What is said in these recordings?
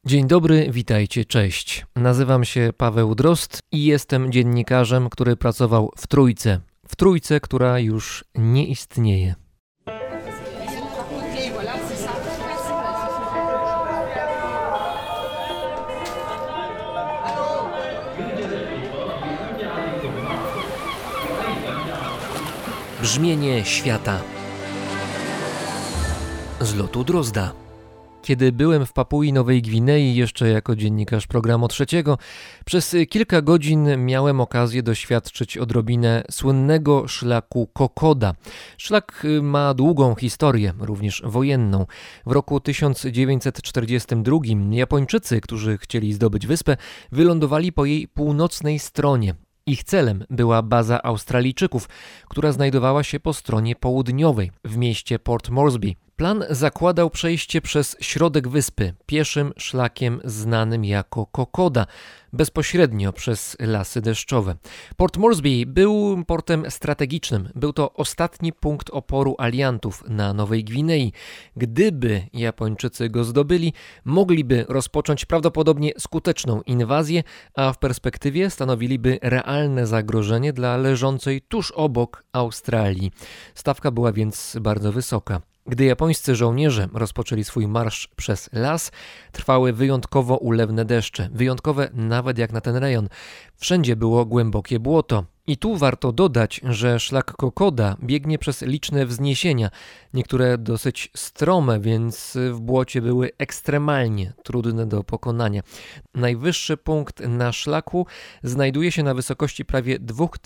Dzień dobry, witajcie, cześć. Nazywam się Paweł Drozd i jestem dziennikarzem, który pracował w Trójce, która już nie istnieje. Brzmienie świata z lotu Drozda. Kiedy byłem w Papui Nowej Gwinei, jeszcze jako dziennikarz Programu Trzeciego, przez kilka godzin miałem okazję doświadczyć odrobinę słynnego szlaku Kokoda. Szlak ma długą historię, również wojenną. W roku 1942 Japończycy, którzy chcieli zdobyć wyspę, wylądowali po jej północnej stronie. Ich celem była baza Australijczyków, która znajdowała się po stronie południowej, w mieście Port Moresby. Plan zakładał przejście przez środek wyspy, pieszym szlakiem znanym jako Kokoda, bezpośrednio przez lasy deszczowe. Port Moresby był portem strategicznym. Był to ostatni punkt oporu aliantów na Nowej Gwinei. Gdyby Japończycy go zdobyli, mogliby rozpocząć prawdopodobnie skuteczną inwazję, a w perspektywie stanowiliby realne zagrożenie dla leżącej tuż obok Australii. Stawka była więc bardzo wysoka. Gdy japońscy żołnierze rozpoczęli swój marsz przez las, trwały wyjątkowo ulewne deszcze, wyjątkowe nawet jak na ten rejon. Wszędzie było głębokie błoto. I tu warto dodać, że szlak Kokoda biegnie przez liczne wzniesienia, niektóre dosyć strome, więc w błocie były ekstremalnie trudne do pokonania. Najwyższy punkt na szlaku znajduje się na wysokości prawie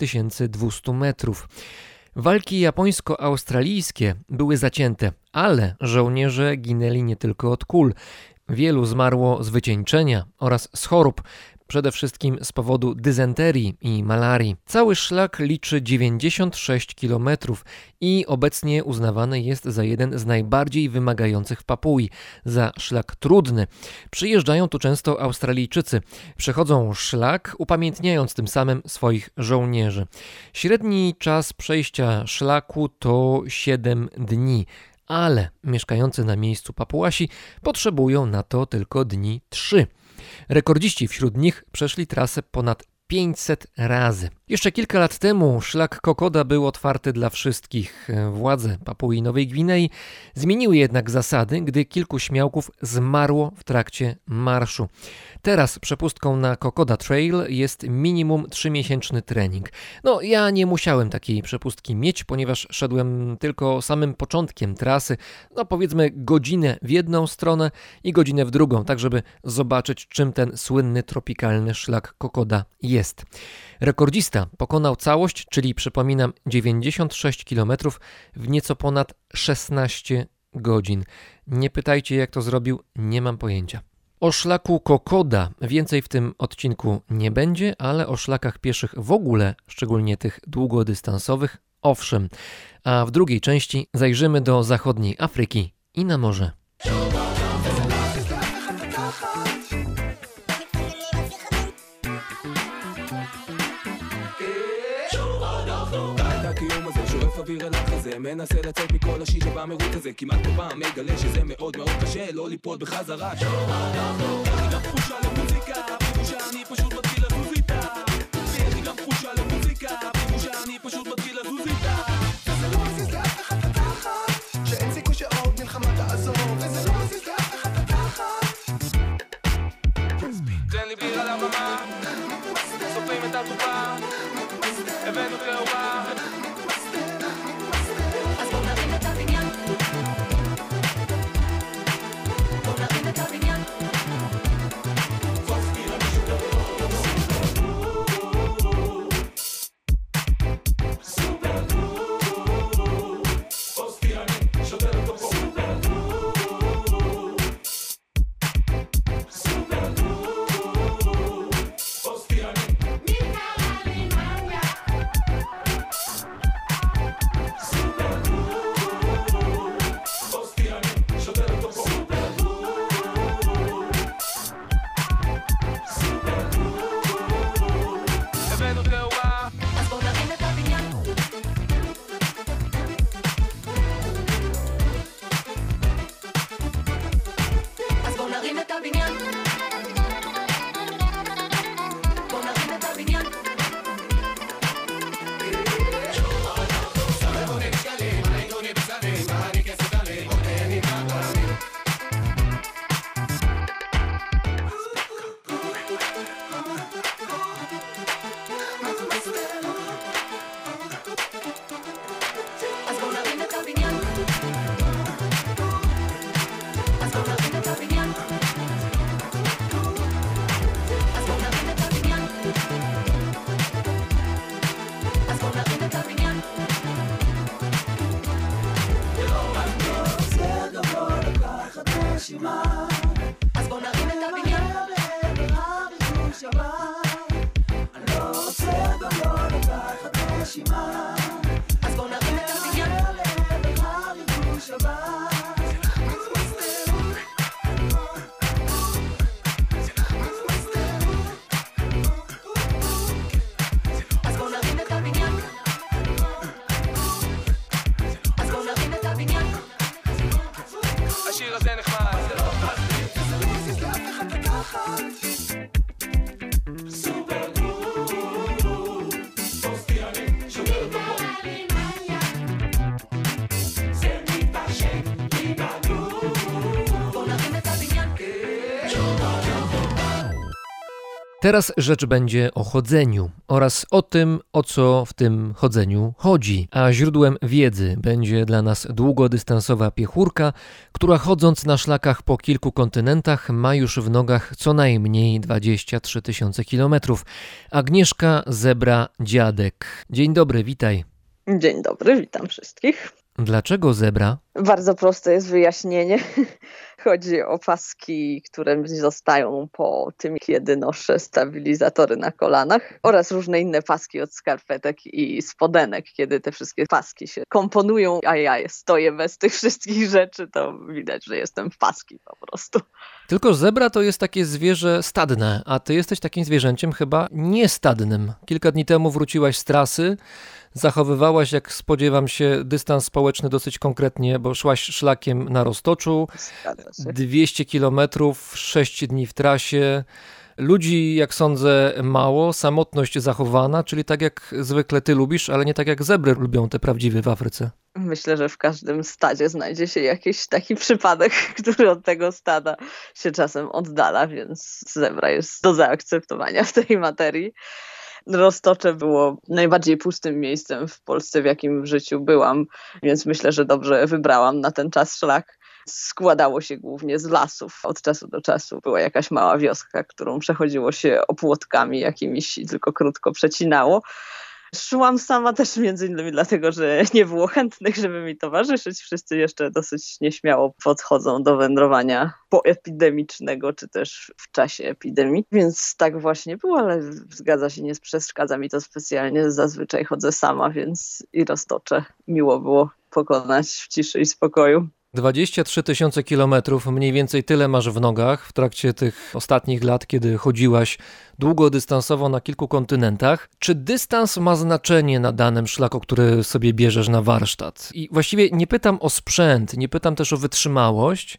2200 metrów. Walki japońsko-australijskie były zacięte, ale żołnierze ginęli nie tylko od kul. Wielu zmarło z wycieńczenia oraz z chorób, przede wszystkim z powodu dysenterii i malarii. Cały szlak liczy 96 km i obecnie uznawany jest za jeden z najbardziej wymagających w Papui, za szlak trudny. Przyjeżdżają tu często Australijczycy. Przechodzą szlak, upamiętniając tym samym swoich żołnierzy. Średni czas przejścia szlaku to 7 dni. Ale mieszkający na miejscu Papuasi potrzebują na to tylko dni 3. Rekordziści wśród nich przeszli trasę ponad 500 razy. Jeszcze kilka lat temu szlak Kokoda był otwarty dla wszystkich. Władze Papui Nowej Gwinei zmieniły jednak zasady, gdy kilku śmiałków zmarło w trakcie marszu. Teraz przepustką na Kokoda Trail jest minimum 3-miesięczny trening. Ja nie musiałem takiej przepustki mieć, ponieważ szedłem tylko samym początkiem trasy, powiedzmy godzinę w jedną stronę i godzinę w drugą, tak żeby zobaczyć, czym ten słynny tropikalny szlak Kokoda jest. Rekordzista pokonał całość, czyli przypominam 96 km w nieco ponad 16 godzin. Nie pytajcie, jak to zrobił, nie mam pojęcia. O szlaku Kokoda więcej w tym odcinku nie będzie, ale o szlakach pieszych w ogóle, szczególnie tych długodystansowych, owszem. A w drugiej części zajrzymy do zachodniej Afryki i na morze. אוויר על החזה, מנסה לצאת מכל השיט שבמרוץ הזה, כמעט כל פעם מגלה שזה מאוד מאוד קשה לא ליפול בחזרה. יש לי גם תחושה למוזיקה, תחושה אני פשוט מתחיל לזוז איתה. יש לי גם תחושה למוזיקה, תחושה אני פשוט מתחיל לזוז איתה. וזה לא מזיז לאף אחד לקחת, שאין סיכוי שעוד מלחמה תעזור. וזה לא מזיז לאף אחד לקחת. תן לי ביר על הבמה, סופרים את התרופה, הבאנו תאורה. Teraz rzecz będzie o chodzeniu oraz o tym, o co w tym chodzeniu chodzi. A źródłem wiedzy będzie dla nas długodystansowa piechurka, która chodząc na szlakach po kilku kontynentach ma już w nogach co najmniej 23 000 kilometrów. Agnieszka Zebra-Dziadek. Dzień dobry, witaj. Dzień dobry, witam wszystkich. Dlaczego zebra? Bardzo proste jest wyjaśnienie. Chodzi o paski, które mi zostają po tym, kiedy noszę stabilizatory na kolanach oraz różne inne paski od skarpetek i spodenek. Kiedy te wszystkie paski się komponują, a ja stoję bez tych wszystkich rzeczy, to widać, że jestem w paski po prostu. Tylko zebra to jest takie zwierzę stadne, a ty jesteś takim zwierzęciem chyba niestadnym. Kilka dni temu wróciłaś z trasy, zachowywałaś, jak spodziewam się, dystans społeczny dosyć konkretnie, bo szłaś szlakiem na Roztoczu, 200 kilometrów, 6 dni w trasie. Ludzi, jak sądzę, mało, samotność zachowana, czyli tak jak zwykle ty lubisz, ale nie tak jak zebry lubią te prawdziwe w Afryce. Myślę, że w każdym stadzie znajdzie się jakiś taki przypadek, który od tego stada się czasem oddala, więc zebra jest do zaakceptowania w tej materii. Roztocze było najbardziej pustym miejscem w Polsce, w jakim w życiu byłam, więc myślę, że dobrze wybrałam na ten czas szlak. Składało się głównie z lasów. Od czasu do czasu była jakaś mała wioska, którą przechodziło się opłotkami jakimiś i tylko krótko przecinało. Szłam sama też między innymi dlatego, że nie było chętnych, żeby mi towarzyszyć. Wszyscy jeszcze dosyć nieśmiało podchodzą do wędrowania poepidemicznego, czy też w czasie epidemii. Więc tak właśnie było, ale zgadza się, nie przeszkadza mi to specjalnie. Zazwyczaj chodzę sama, więc i Roztocze miło było pokonać w ciszy i spokoju. 23 000 kilometrów, mniej więcej tyle masz w nogach w trakcie tych ostatnich lat, kiedy chodziłaś długodystansowo na kilku kontynentach. Czy dystans ma znaczenie na danym szlaku, który sobie bierzesz na warsztat? I właściwie nie pytam o sprzęt, nie pytam też o wytrzymałość,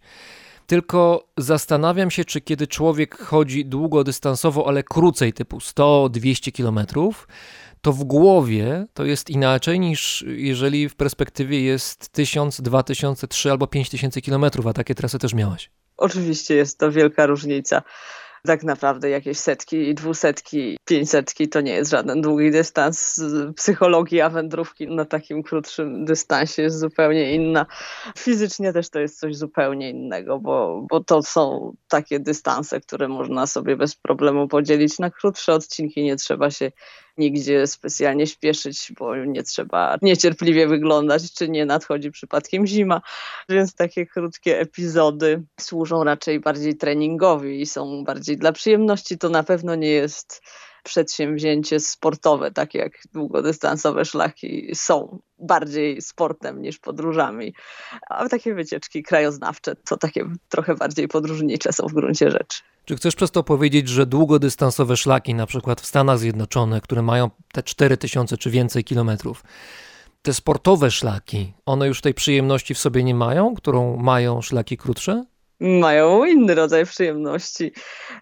tylko zastanawiam się, czy kiedy człowiek chodzi długodystansowo, ale krócej, typu 100-200 kilometrów, to w głowie to jest inaczej niż jeżeli w perspektywie jest 1000, 2000, 3000 albo 5000 kilometrów, a takie trasy też miałaś. Oczywiście jest to wielka różnica. Tak naprawdę jakieś setki, 200, 500 to nie jest żaden długi dystans. Psychologia wędrówki na takim krótszym dystansie jest zupełnie inna. Fizycznie też to jest coś zupełnie innego, bo to są takie dystanse, które można sobie bez problemu podzielić na krótsze odcinki. Nie trzeba się nigdzie specjalnie śpieszyć, bo nie trzeba niecierpliwie wyglądać, czy nie nadchodzi przypadkiem zima. Więc takie krótkie epizody służą raczej bardziej treningowi i są bardziej dla przyjemności. To na pewno nie jest przedsięwzięcie sportowe, takie jak długodystansowe szlaki są bardziej sportem niż podróżami. A takie wycieczki krajoznawcze to takie trochę bardziej podróżnicze są w gruncie rzeczy. Czy chcesz przez to powiedzieć, że długodystansowe szlaki, na przykład w Stanach Zjednoczonych, które mają te 4000 czy więcej kilometrów, te sportowe szlaki, one już tej przyjemności w sobie nie mają, którą mają szlaki krótsze? Mają inny rodzaj przyjemności.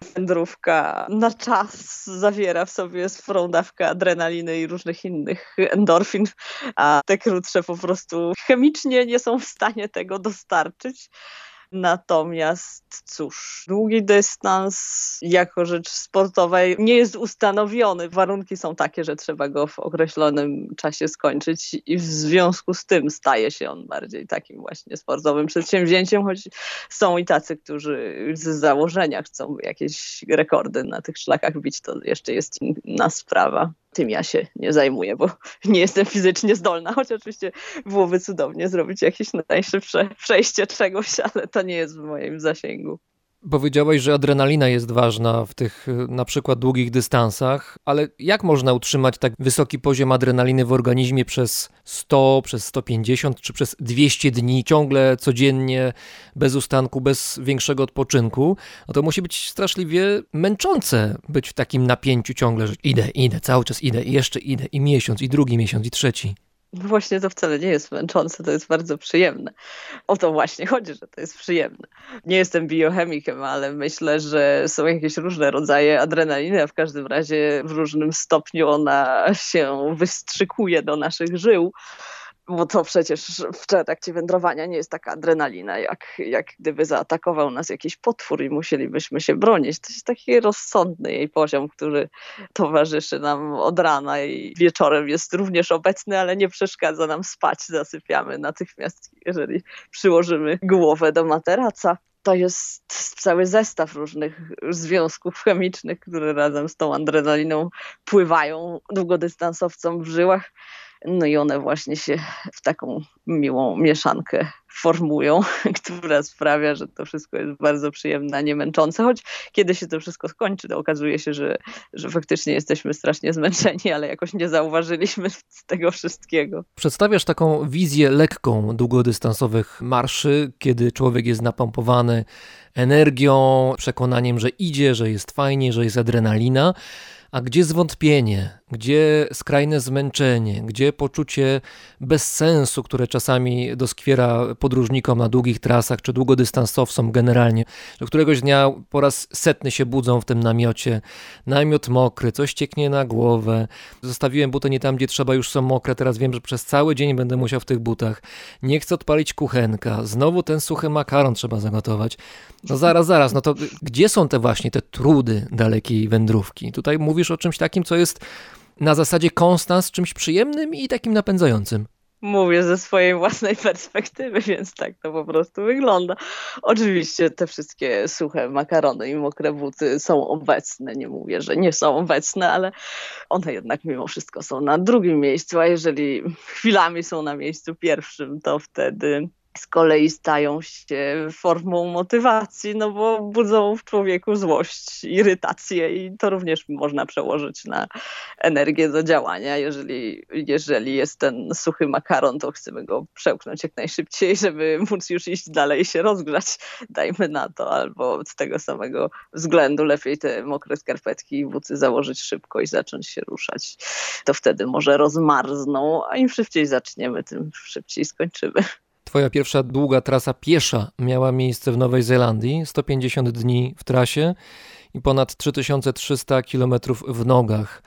Wędrówka na czas zawiera w sobie sporą dawkę adrenaliny i różnych innych endorfin, a te krótsze po prostu chemicznie nie są w stanie tego dostarczyć. Natomiast cóż, długi dystans jako rzecz sportowej nie jest ustanowiony. Warunki są takie, że trzeba go w określonym czasie skończyć i w związku z tym staje się on bardziej takim właśnie sportowym przedsięwzięciem, choć są i tacy, którzy z założenia chcą jakieś rekordy na tych szlakach bić, to jeszcze jest inna sprawa. Tym ja się nie zajmuję, bo nie jestem fizycznie zdolna, choć oczywiście byłoby cudownie zrobić jakieś najszybsze przejście czegoś, ale to nie jest w moim zasięgu. Powiedziałeś, że adrenalina jest ważna w tych na przykład długich dystansach, ale jak można utrzymać tak wysoki poziom adrenaliny w organizmie przez 100, przez 150 czy przez 200 dni, ciągle, codziennie, bez ustanku, bez większego odpoczynku? No to musi być straszliwie męczące być w takim napięciu ciągle, że idę, cały czas idę i jeszcze idę i miesiąc, i drugi miesiąc, i trzeci. Właśnie to wcale nie jest męczące, to jest bardzo przyjemne. O to właśnie chodzi, że to jest przyjemne. Nie jestem biochemikiem, ale myślę, że są jakieś różne rodzaje adrenaliny, a w każdym razie w różnym stopniu ona się wystrzykuje do naszych żył. Bo to przecież w trakcie wędrowania nie jest taka adrenalina, jak gdyby zaatakował nas jakiś potwór i musielibyśmy się bronić. To jest taki rozsądny jej poziom, który towarzyszy nam od rana i wieczorem jest również obecny, ale nie przeszkadza nam spać. Zasypiamy natychmiast, jeżeli przyłożymy głowę do materaca. To jest cały zestaw różnych związków chemicznych, które razem z tą adrenaliną pływają długodystansowcom w żyłach. No i one właśnie się w taką miłą mieszankę formują, która sprawia, że to wszystko jest bardzo przyjemne, a nie męczące. Choć kiedy się to wszystko skończy, to okazuje się, że faktycznie jesteśmy strasznie zmęczeni, ale jakoś nie zauważyliśmy tego wszystkiego. Przedstawiasz taką wizję lekką długodystansowych marszy, kiedy człowiek jest napompowany energią, przekonaniem, że idzie, że jest fajnie, że jest adrenalina. A gdzie zwątpienie, gdzie skrajne zmęczenie, gdzie poczucie bezsensu, które czasami doskwiera podróżnikom na długich trasach czy długodystansowcom generalnie, że któregoś dnia po raz setny się budzą w tym namiocie, namiot mokry, coś cieknie na głowę, zostawiłem buty nie tam, gdzie trzeba, już są mokre, teraz wiem, że przez cały dzień będę musiał w tych butach, nie chcę odpalić kuchenka, znowu ten suchy makaron trzeba zagotować. No zaraz, no to gdzie są te trudy dalekiej wędrówki? Tutaj mówisz o czymś takim, co jest na zasadzie konstans, czymś przyjemnym i takim napędzającym. Mówię ze swojej własnej perspektywy, więc tak to po prostu wygląda. Oczywiście te wszystkie suche makarony i mokre buty są obecne. Nie mówię, że nie są obecne, ale one jednak mimo wszystko są na drugim miejscu, a jeżeli chwilami są na miejscu pierwszym, to wtedy z kolei stają się formą motywacji, no bo budzą w człowieku złość, irytację i to również można przełożyć na energię do działania. Jeżeli jest ten suchy makaron, to chcemy go przełknąć jak najszybciej, żeby móc już iść dalej i się rozgrzać, dajmy na to, albo z tego samego względu lepiej te mokre skarpetki i buty założyć szybko i zacząć się ruszać. To wtedy może rozmarzną, a im szybciej zaczniemy, tym szybciej skończymy. Twoja pierwsza długa trasa piesza miała miejsce w Nowej Zelandii, 150 dni w trasie i ponad 3300 km w nogach.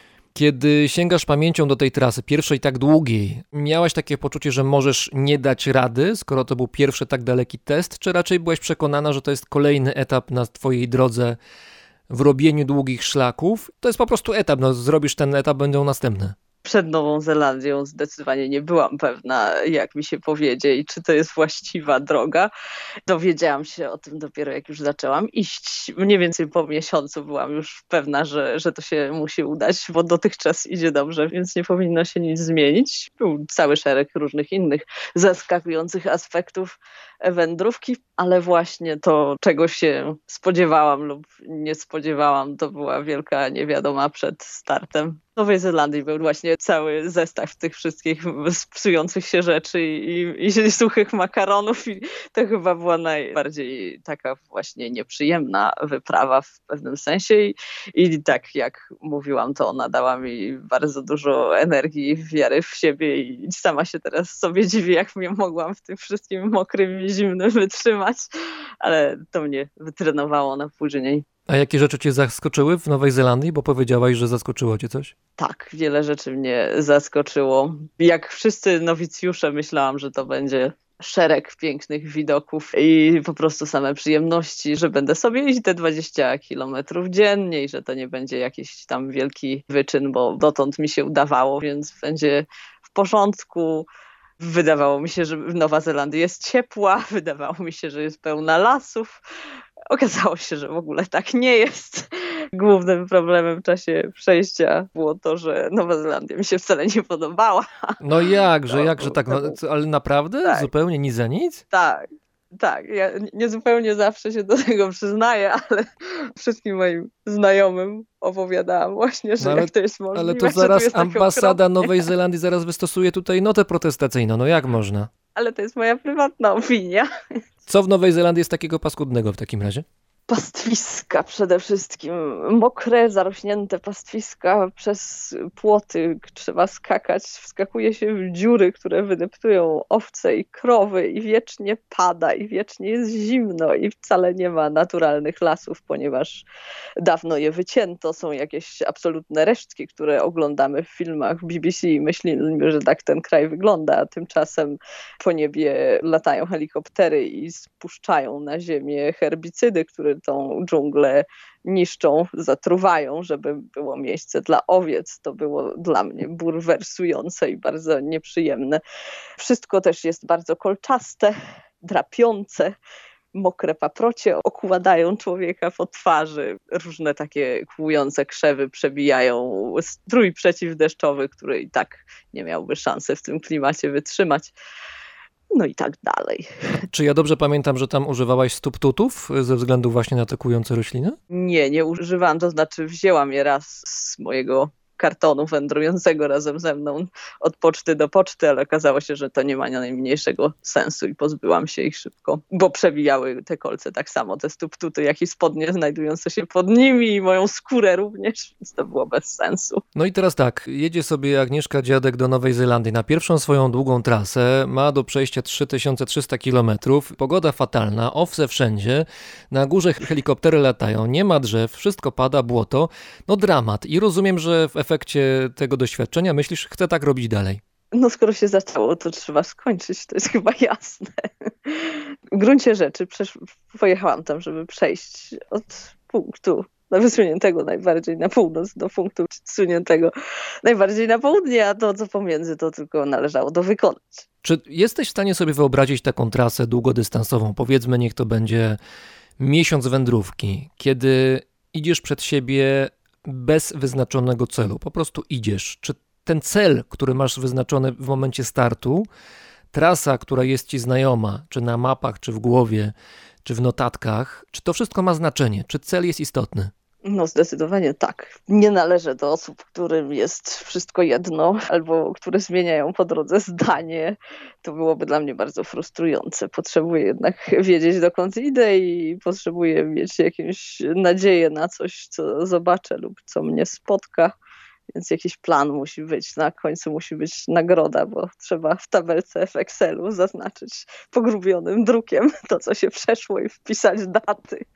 Kiedy sięgasz pamięcią do tej trasy, pierwszej tak długiej, miałaś takie poczucie, że możesz nie dać rady, skoro to był pierwszy tak daleki test, czy raczej byłaś przekonana, że to jest kolejny etap na twojej drodze w robieniu długich szlaków? To jest po prostu etap, zrobisz ten etap, będą następne. Przed Nową Zelandią zdecydowanie nie byłam pewna, jak mi się powiedzie i czy to jest właściwa droga. Dowiedziałam się o tym dopiero jak już zaczęłam iść. Mniej więcej po miesiącu byłam już pewna, że to się musi udać, bo dotychczas idzie dobrze, więc nie powinno się nic zmienić. Był cały szereg różnych innych zaskakujących aspektów wędrówki, ale właśnie to, czego się spodziewałam lub nie spodziewałam, to była wielka niewiadoma przed startem. W Nowej Zelandii był właśnie cały zestaw tych wszystkich psujących się rzeczy i suchych makaronów i to chyba była najbardziej taka właśnie nieprzyjemna wyprawa w pewnym sensie i tak jak mówiłam, to ona dała mi bardzo dużo energii i wiary w siebie i sama się teraz sobie dziwię, jak mnie mogłam w tym wszystkim mokrym i zimnym wytrzymać, ale to mnie wytrenowało na później. A jakie rzeczy cię zaskoczyły w Nowej Zelandii? Bo powiedziałaś, że zaskoczyło cię coś? Tak, wiele rzeczy mnie zaskoczyło. Jak wszyscy nowicjusze myślałam, że to będzie szereg pięknych widoków i po prostu same przyjemności, że będę sobie iść te 20 kilometrów dziennie i że to nie będzie jakiś tam wielki wyczyn, bo dotąd mi się udawało, więc będzie w porządku. Wydawało mi się, że Nowa Zelandia jest ciepła, wydawało mi się, że jest pełna lasów. Okazało się, że w ogóle tak nie jest. Głównym problemem w czasie przejścia było to, że Nowa Zelandia mi się wcale nie podobała. No jakże tak, ale naprawdę? Tak. Zupełnie nic za nic? Tak, ja nie zupełnie zawsze się do tego przyznaję, ale wszystkim moim znajomym opowiadałam właśnie, że jak to jest możliwe. Ale to zaraz ambasada Nowej Zelandii zaraz wystosuje tutaj notę protestacyjną, no jak można? Ale to jest moja prywatna opinia. Co w Nowej Zelandii jest takiego paskudnego w takim razie? Pastwiska przede wszystkim, mokre, zarośnięte pastwiska, przez płoty trzeba skakać, wskakuje się w dziury, które wydeptują owce i krowy i wiecznie pada i wiecznie jest zimno i wcale nie ma naturalnych lasów, ponieważ dawno je wycięto, są jakieś absolutne resztki, które oglądamy w filmach BBC i myślimy, że tak ten kraj wygląda, a tymczasem po niebie latają helikoptery i spuszczają na ziemię herbicydy, które tą dżunglę niszczą, zatruwają, żeby było miejsce dla owiec. To było dla mnie bulwersujące i bardzo nieprzyjemne. Wszystko też jest bardzo kolczaste, drapiące. Mokre paprocie okładają człowieka po twarzy. Różne takie kłujące krzewy przebijają strój przeciwdeszczowy, który i tak nie miałby szansy w tym klimacie wytrzymać. No i tak dalej. Czy ja dobrze pamiętam, że tam używałaś stóp tutów ze względu właśnie na te kujące rośliny? Nie używałam, to znaczy wzięłam je raz z mojego kartonu wędrującego razem ze mną od poczty do poczty, ale okazało się, że to nie ma najmniejszego sensu i pozbyłam się ich szybko, bo przewijały te kolce tak samo, te stóp-tuty, jak i spodnie znajdujące się pod nimi i moją skórę również, więc to było bez sensu. No i teraz tak, jedzie sobie Agnieszka Dziadek do Nowej Zelandii na pierwszą swoją długą trasę, ma do przejścia 3300 km, pogoda fatalna, owce wszędzie, na górze helikoptery latają, nie ma drzew, wszystko pada, błoto, no dramat i rozumiem, że w efekcie tego doświadczenia myślisz, chcę tak robić dalej. No skoro się zaczęło, to trzeba skończyć, to jest chyba jasne. W gruncie rzeczy pojechałam tam, żeby przejść od punktu wysuniętego najbardziej na północ do punktu wysuniętego najbardziej na południe, a to co pomiędzy to tylko należało wykonać. Czy jesteś w stanie sobie wyobrazić taką trasę długodystansową? Powiedzmy, niech to będzie miesiąc wędrówki, kiedy idziesz przed siebie bez wyznaczonego celu, po prostu idziesz. Czy ten cel, który masz wyznaczony w momencie startu, trasa, która jest ci znajoma, czy na mapach, czy w głowie, czy w notatkach, czy to wszystko ma znaczenie? Czy cel jest istotny? No zdecydowanie tak. Nie należę do osób, którym jest wszystko jedno, albo które zmieniają po drodze zdanie. To byłoby dla mnie bardzo frustrujące. Potrzebuję jednak wiedzieć, dokąd idę i potrzebuję mieć jakąś nadzieję na coś, co zobaczę lub co mnie spotka. Więc jakiś plan musi być. Na końcu musi być nagroda, bo trzeba w tabelce w Excelu zaznaczyć pogrubionym drukiem to, co się przeszło i wpisać daty.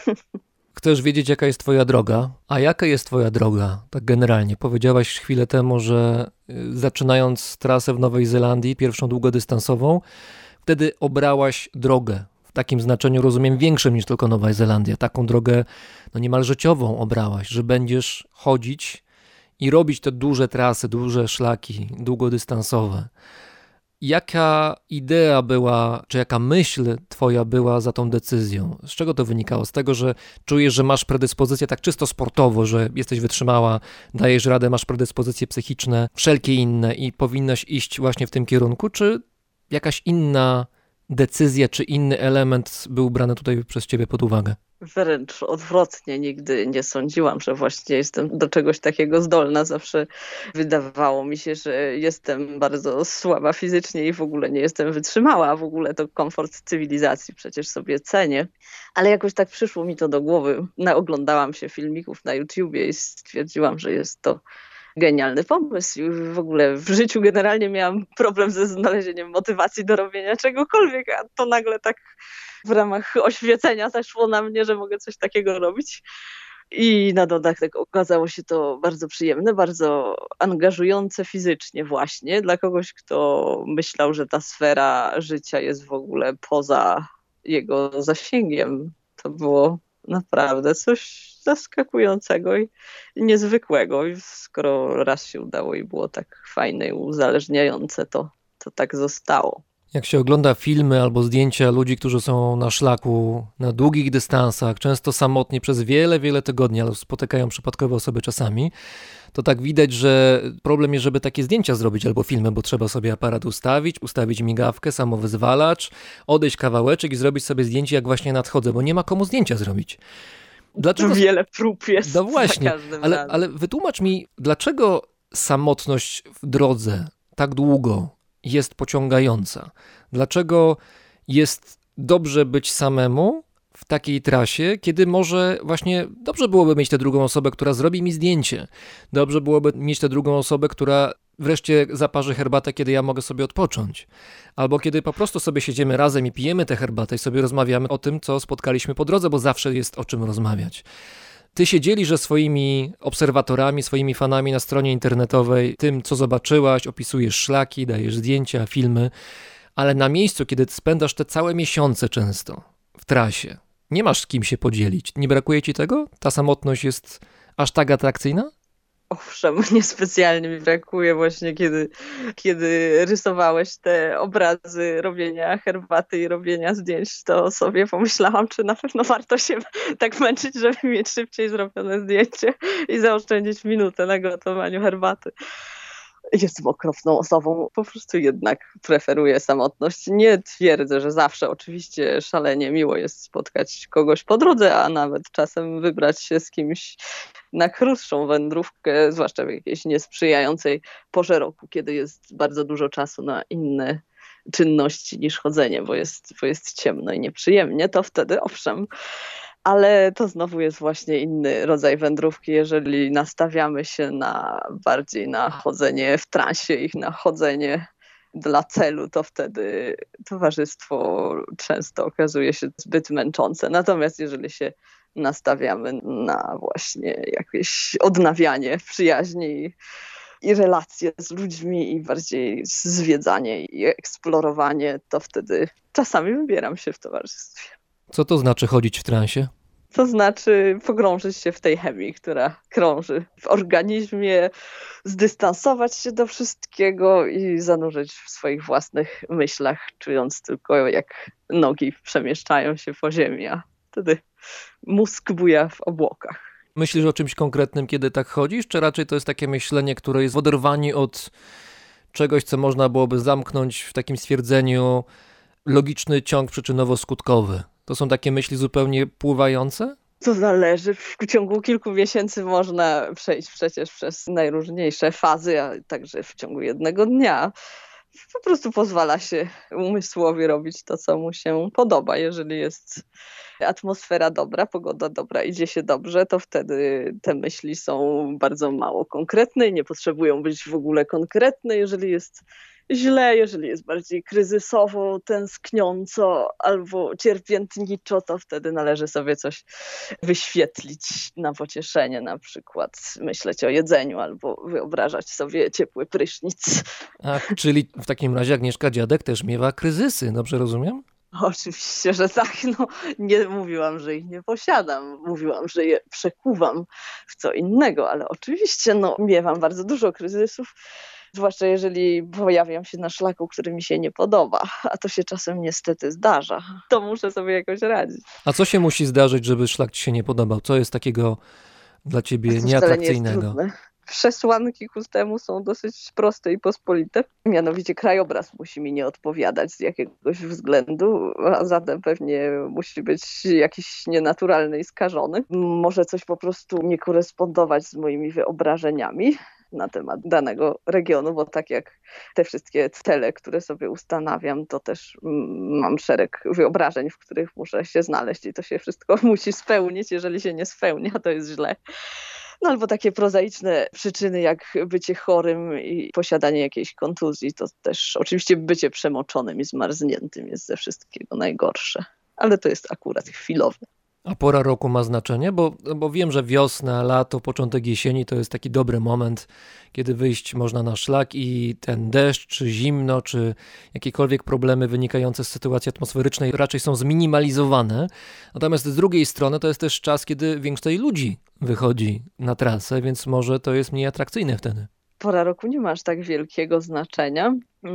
Chcesz wiedzieć, jaka jest twoja droga? A jaka jest twoja droga? Tak generalnie. Powiedziałaś chwilę temu, że zaczynając trasę w Nowej Zelandii, pierwszą długodystansową, wtedy obrałaś drogę. W takim znaczeniu, rozumiem, większym niż tylko Nowa Zelandia. Taką drogę niemal życiową obrałaś, że będziesz chodzić i robić te duże trasy, duże szlaki długodystansowe. Jaka idea była, czy jaka myśl twoja była za tą decyzją? Z czego to wynikało? Z tego, że czujesz, że masz predyspozycję tak czysto sportowo, że jesteś wytrzymała, dajesz radę, masz predyspozycje psychiczne, wszelkie inne i powinnaś iść właśnie w tym kierunku, czy jakaś inna decyzja, czy inny element był brany tutaj przez ciebie pod uwagę? Wręcz odwrotnie, nigdy nie sądziłam, że właśnie jestem do czegoś takiego zdolna. Zawsze wydawało mi się, że jestem bardzo słaba fizycznie i w ogóle nie jestem wytrzymała, a w ogóle to komfort cywilizacji przecież sobie cenię. Ale jakoś tak przyszło mi to do głowy. Naoglądałam się filmików na YouTubie i stwierdziłam, że jest to genialny pomysł. I w ogóle w życiu generalnie miałam problem ze znalezieniem motywacji do robienia czegokolwiek, a to nagle tak w ramach oświecenia zeszło na mnie, że mogę coś takiego robić. I na dodatek okazało się to bardzo przyjemne, bardzo angażujące fizycznie właśnie dla kogoś, kto myślał, że ta sfera życia jest w ogóle poza jego zasięgiem. To było naprawdę coś zaskakującego i niezwykłego. I skoro raz się udało i było tak fajne i uzależniające, to tak zostało. Jak się ogląda filmy albo zdjęcia ludzi, którzy są na szlaku, na długich dystansach, często samotnie przez wiele, wiele tygodni, ale spotykają przypadkowe osoby czasami, to tak widać, że problem jest, żeby takie zdjęcia zrobić albo filmy, bo trzeba sobie aparat ustawić migawkę, samowyzwalacz, odejść kawałeczek i zrobić sobie zdjęcie, jak właśnie nadchodzę, bo nie ma komu zdjęcia zrobić. Dlaczego? Wiele prób jest. No właśnie, za każdym razem. ale wytłumacz mi, dlaczego samotność w drodze tak długo jest pociągająca? Dlaczego jest dobrze być samemu w takiej trasie, kiedy może właśnie dobrze byłoby mieć tę drugą osobę, która zrobi mi zdjęcie. Dobrze byłoby mieć tę drugą osobę, która wreszcie zaparzy herbatę, kiedy ja mogę sobie odpocząć. Albo kiedy po prostu sobie siedzimy razem i pijemy tę herbatę i sobie rozmawiamy o tym, co spotkaliśmy po drodze, bo zawsze jest o czym rozmawiać. Ty się dzielisz ze swoimi obserwatorami, swoimi fanami na stronie internetowej tym, co zobaczyłaś, opisujesz szlaki, dajesz zdjęcia, filmy, ale na miejscu, kiedy spędzasz te całe miesiące często w trasie, nie masz z kim się podzielić. Nie brakuje ci tego? Ta samotność jest aż tak atrakcyjna? Owszem, niespecjalnie mi brakuje właśnie, kiedy rysowałeś te obrazy robienia herbaty i robienia zdjęć, to sobie pomyślałam, czy na pewno warto się tak męczyć, żeby mieć szybciej zrobione zdjęcie i zaoszczędzić minutę na gotowaniu herbaty. Jestem okropną osobą, po prostu jednak preferuję samotność. Nie twierdzę, że zawsze oczywiście szalenie miło jest spotkać kogoś po drodze, a nawet czasem wybrać się z kimś na krótszą wędrówkę, zwłaszcza w jakiejś niesprzyjającej porze roku, kiedy jest bardzo dużo czasu na inne czynności niż chodzenie, bo jest ciemno i nieprzyjemnie, to wtedy owszem. Ale to znowu jest właśnie inny rodzaj wędrówki, jeżeli nastawiamy się bardziej na chodzenie w transie i na chodzenie dla celu, to wtedy towarzystwo często okazuje się zbyt męczące. Natomiast jeżeli się nastawiamy na właśnie jakieś odnawianie przyjaźni i relacje z ludźmi i bardziej zwiedzanie i eksplorowanie, to wtedy czasami wybieram się w towarzystwie. Co to znaczy chodzić w transie? To znaczy pogrążyć się w tej chemii, która krąży w organizmie, zdystansować się do wszystkiego i zanurzyć w swoich własnych myślach, czując tylko jak nogi przemieszczają się po ziemi, a wtedy mózg buja w obłokach. Myślisz o czymś konkretnym, kiedy tak chodzisz, czy raczej to jest takie myślenie, które jest w oderwaniu od czegoś, co można byłoby zamknąć w takim stwierdzeniu logiczny ciąg przyczynowo-skutkowy? To są takie myśli zupełnie pływające? To zależy. W ciągu kilku miesięcy można przejść przecież przez najróżniejsze fazy, a także w ciągu jednego dnia. Po prostu pozwala się umysłowi robić to, co mu się podoba. Jeżeli jest atmosfera dobra, pogoda dobra, idzie się dobrze, to wtedy te myśli są bardzo mało konkretne i nie potrzebują być w ogóle konkretne. Jeżeli jest źle, jeżeli jest bardziej kryzysowo, tęskniąco albo cierpiętniczo, to wtedy należy sobie coś wyświetlić na pocieszenie, na przykład myśleć o jedzeniu albo wyobrażać sobie ciepły prysznic. Czyli w takim razie Agnieszka Dziadek też miewa kryzysy, dobrze rozumiem? Oczywiście, że tak. Nie mówiłam, że ich nie posiadam. Mówiłam, że je przekuwam w co innego, ale oczywiście miewam bardzo dużo kryzysów. Zwłaszcza jeżeli pojawiam się na szlaku, który mi się nie podoba, a to się czasem niestety zdarza, to muszę sobie jakoś radzić. A co się musi zdarzyć, żeby szlak ci się nie podobał? Co jest takiego dla ciebie nieatrakcyjnego? Przesłanki ku temu są dosyć proste i pospolite. Mianowicie krajobraz musi mi nie odpowiadać z jakiegoś względu, a zatem pewnie musi być jakiś nienaturalny i skażony. Może coś po prostu nie korespondować z moimi wyobrażeniami na temat danego regionu, bo tak jak te wszystkie cele, które sobie ustanawiam, to też mam szereg wyobrażeń, w których muszę się znaleźć i to się wszystko musi spełnić. Jeżeli się nie spełnia, to jest źle. Albo takie prozaiczne przyczyny jak bycie chorym i posiadanie jakiejś kontuzji, to też oczywiście bycie przemoczonym i zmarzniętym jest ze wszystkiego najgorsze. Ale to jest akurat chwilowe. A pora roku ma znaczenie? Bo wiem, że wiosna, lato, początek jesieni to jest taki dobry moment, kiedy wyjść można na szlak i ten deszcz, czy zimno, czy jakiekolwiek problemy wynikające z sytuacji atmosferycznej raczej są zminimalizowane. Natomiast z drugiej strony to jest też czas, kiedy więcej ludzi wychodzi na trasę, więc może to jest mniej atrakcyjne wtedy. Pora roku nie ma aż tak wielkiego znaczenia,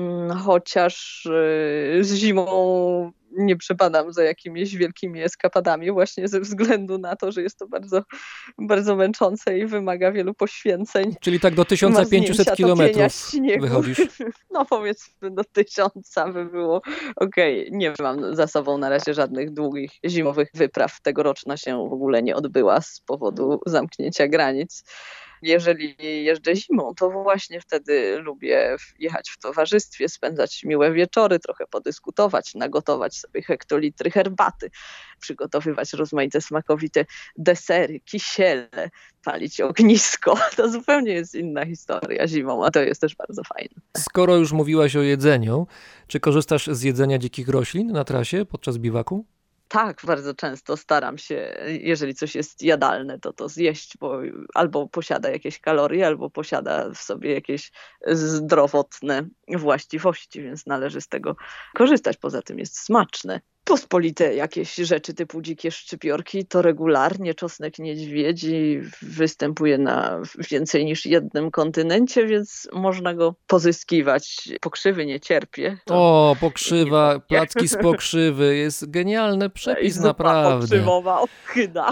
chociaż z zimą nie przepadam za jakimiś wielkimi eskapadami właśnie ze względu na to, że jest to bardzo, bardzo męczące i wymaga wielu poświęceń. Czyli tak do 1500 kilometrów wychodzisz? Powiedzmy do 1000 by było okej. Nie mam za sobą na razie żadnych długich zimowych wypraw. Tegoroczna się w ogóle nie odbyła z powodu zamknięcia granic. Jeżeli jeżdżę zimą, to właśnie wtedy lubię jechać w towarzystwie, spędzać miłe wieczory, trochę podyskutować, nagotować sobie hektolitry herbaty, przygotowywać rozmaite smakowite desery, kisiele, palić ognisko. To zupełnie jest inna historia zimą, a to jest też bardzo fajne. Skoro już mówiłaś o jedzeniu, czy korzystasz z jedzenia dzikich roślin na trasie podczas biwaku? Tak, bardzo często staram się, jeżeli coś jest jadalne, to zjeść, bo albo posiada jakieś kalorie, albo posiada w sobie jakieś zdrowotne właściwości, więc należy z tego korzystać. Poza tym jest smaczne. Pospolite jakieś rzeczy typu dzikie szczypiorki to regularnie czosnek niedźwiedzi występuje na więcej niż jednym kontynencie, więc można go pozyskiwać. Pokrzywy nie cierpię. O, pokrzywa, placki z pokrzywy, jest genialny przepis, naprawdę. Pokrzywowa ochyda.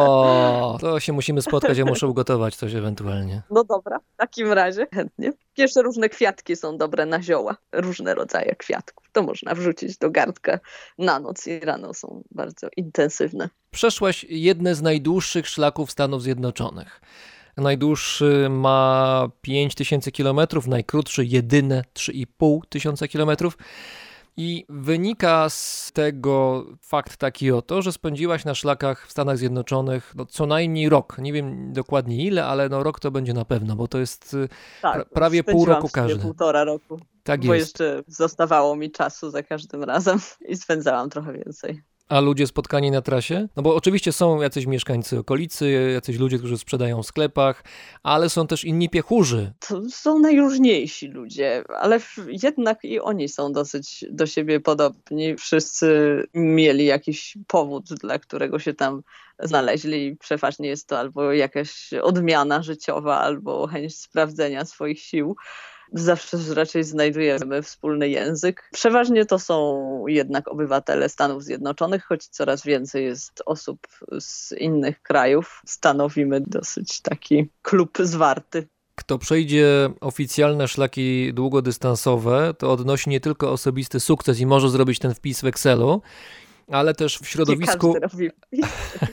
O, to się musimy spotkać, ja muszę ugotować coś ewentualnie. No dobra, w takim razie chętnie. Jeszcze różne kwiatki są dobre na zioła, różne rodzaje kwiatków. To można wrzucić do garnka na noc i rano są bardzo intensywne. Przeszłaś jedne z najdłuższych szlaków Stanów Zjednoczonych. Najdłuższy ma 5000 km, najkrótszy jedyne 3500 km. I wynika z tego fakt taki oto, że spędziłaś na szlakach w Stanach Zjednoczonych co najmniej rok. Nie wiem dokładnie ile, ale rok to będzie na pewno, bo to jest prawie pół roku każdy. Półtora roku. Tak bo jest. Jeszcze zostawało mi czasu za każdym razem i spędzałam trochę więcej. A ludzie spotkani na trasie? No bo oczywiście są jacyś mieszkańcy okolicy, jacyś ludzie, którzy sprzedają w sklepach, ale są też inni piechurzy. To są najróżniejsi ludzie, ale jednak i oni są dosyć do siebie podobni. Wszyscy mieli jakiś powód, dla którego się tam znaleźli i przeważnie jest to albo jakaś odmiana życiowa, albo chęć sprawdzenia swoich sił. Zawsze raczej znajdujemy wspólny język. Przeważnie to są jednak obywatele Stanów Zjednoczonych, choć coraz więcej jest osób z innych krajów. Stanowimy dosyć taki klub zwarty. Kto przejdzie oficjalne szlaki długodystansowe, to odnosi nie tylko osobisty sukces i może zrobić ten wpis w Excelu, ale też w środowisku... Nie każdy robi wpis.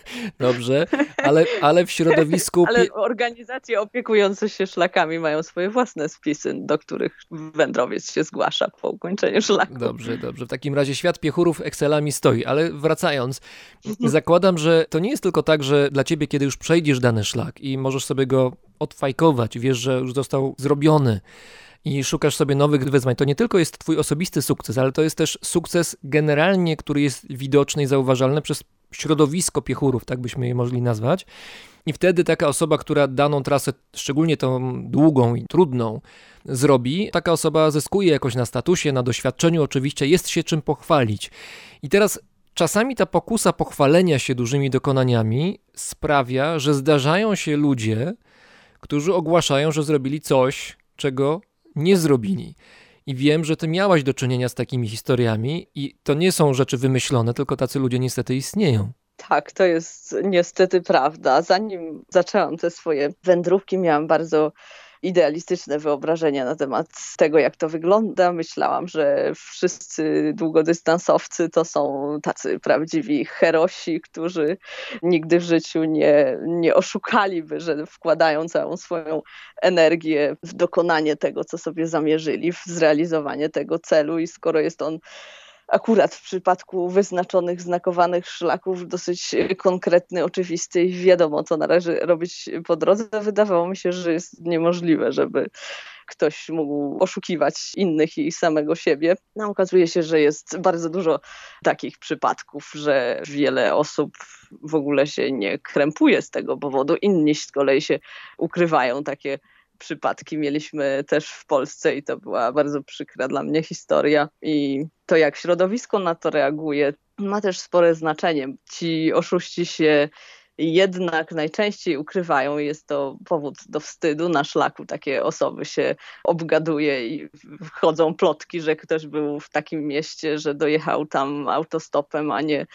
Dobrze, ale w środowisku... Ale organizacje opiekujące się szlakami mają swoje własne spisy, do których wędrowiec się zgłasza po ukończeniu szlaku. Dobrze. W takim razie świat piechurów Excelami stoi, ale wracając, zakładam, że to nie jest tylko tak, że dla ciebie, kiedy już przejdziesz dany szlak i możesz sobie go odfajkować, wiesz, że już został zrobiony, i szukasz sobie nowych wyzwań, to nie tylko jest twój osobisty sukces, ale to jest też sukces generalnie, który jest widoczny i zauważalny przez środowisko piechurów, tak byśmy je mogli nazwać. I wtedy taka osoba, która daną trasę, szczególnie tą długą i trudną, zrobi, taka osoba zyskuje jakoś na statusie, na doświadczeniu, oczywiście jest się czym pochwalić. I teraz czasami ta pokusa pochwalenia się dużymi dokonaniami sprawia, że zdarzają się ludzie, którzy ogłaszają, że zrobili coś, czego nie zrobili. I wiem, że ty miałaś do czynienia z takimi historiami i to nie są rzeczy wymyślone, tylko tacy ludzie niestety istnieją. Tak, to jest niestety prawda. Zanim zaczęłam te swoje wędrówki, miałam bardzo idealistyczne wyobrażenia na temat tego, jak to wygląda. Myślałam, że wszyscy długodystansowcy to są tacy prawdziwi herosi, którzy nigdy w życiu nie oszukaliby, że wkładają całą swoją energię w dokonanie tego, co sobie zamierzyli, w zrealizowanie tego celu i skoro jest on akurat w przypadku wyznaczonych, znakowanych szlaków dosyć konkretny, oczywisty i wiadomo, co należy robić po drodze. Wydawało mi się, że jest niemożliwe, żeby ktoś mógł oszukiwać innych i samego siebie. No, okazuje się, że jest bardzo dużo takich przypadków, że wiele osób w ogóle się nie krępuje z tego powodu. Inni z kolei się ukrywają. Takie przypadki mieliśmy też w Polsce i to była bardzo przykra dla mnie historia. I to, jak środowisko na to reaguje, ma też spore znaczenie. Ci oszuści się jednak najczęściej ukrywają. Jest to powód do wstydu. Na szlaku takie osoby się obgaduje i wchodzą plotki, że ktoś był w takim mieście, że dojechał tam autostopem,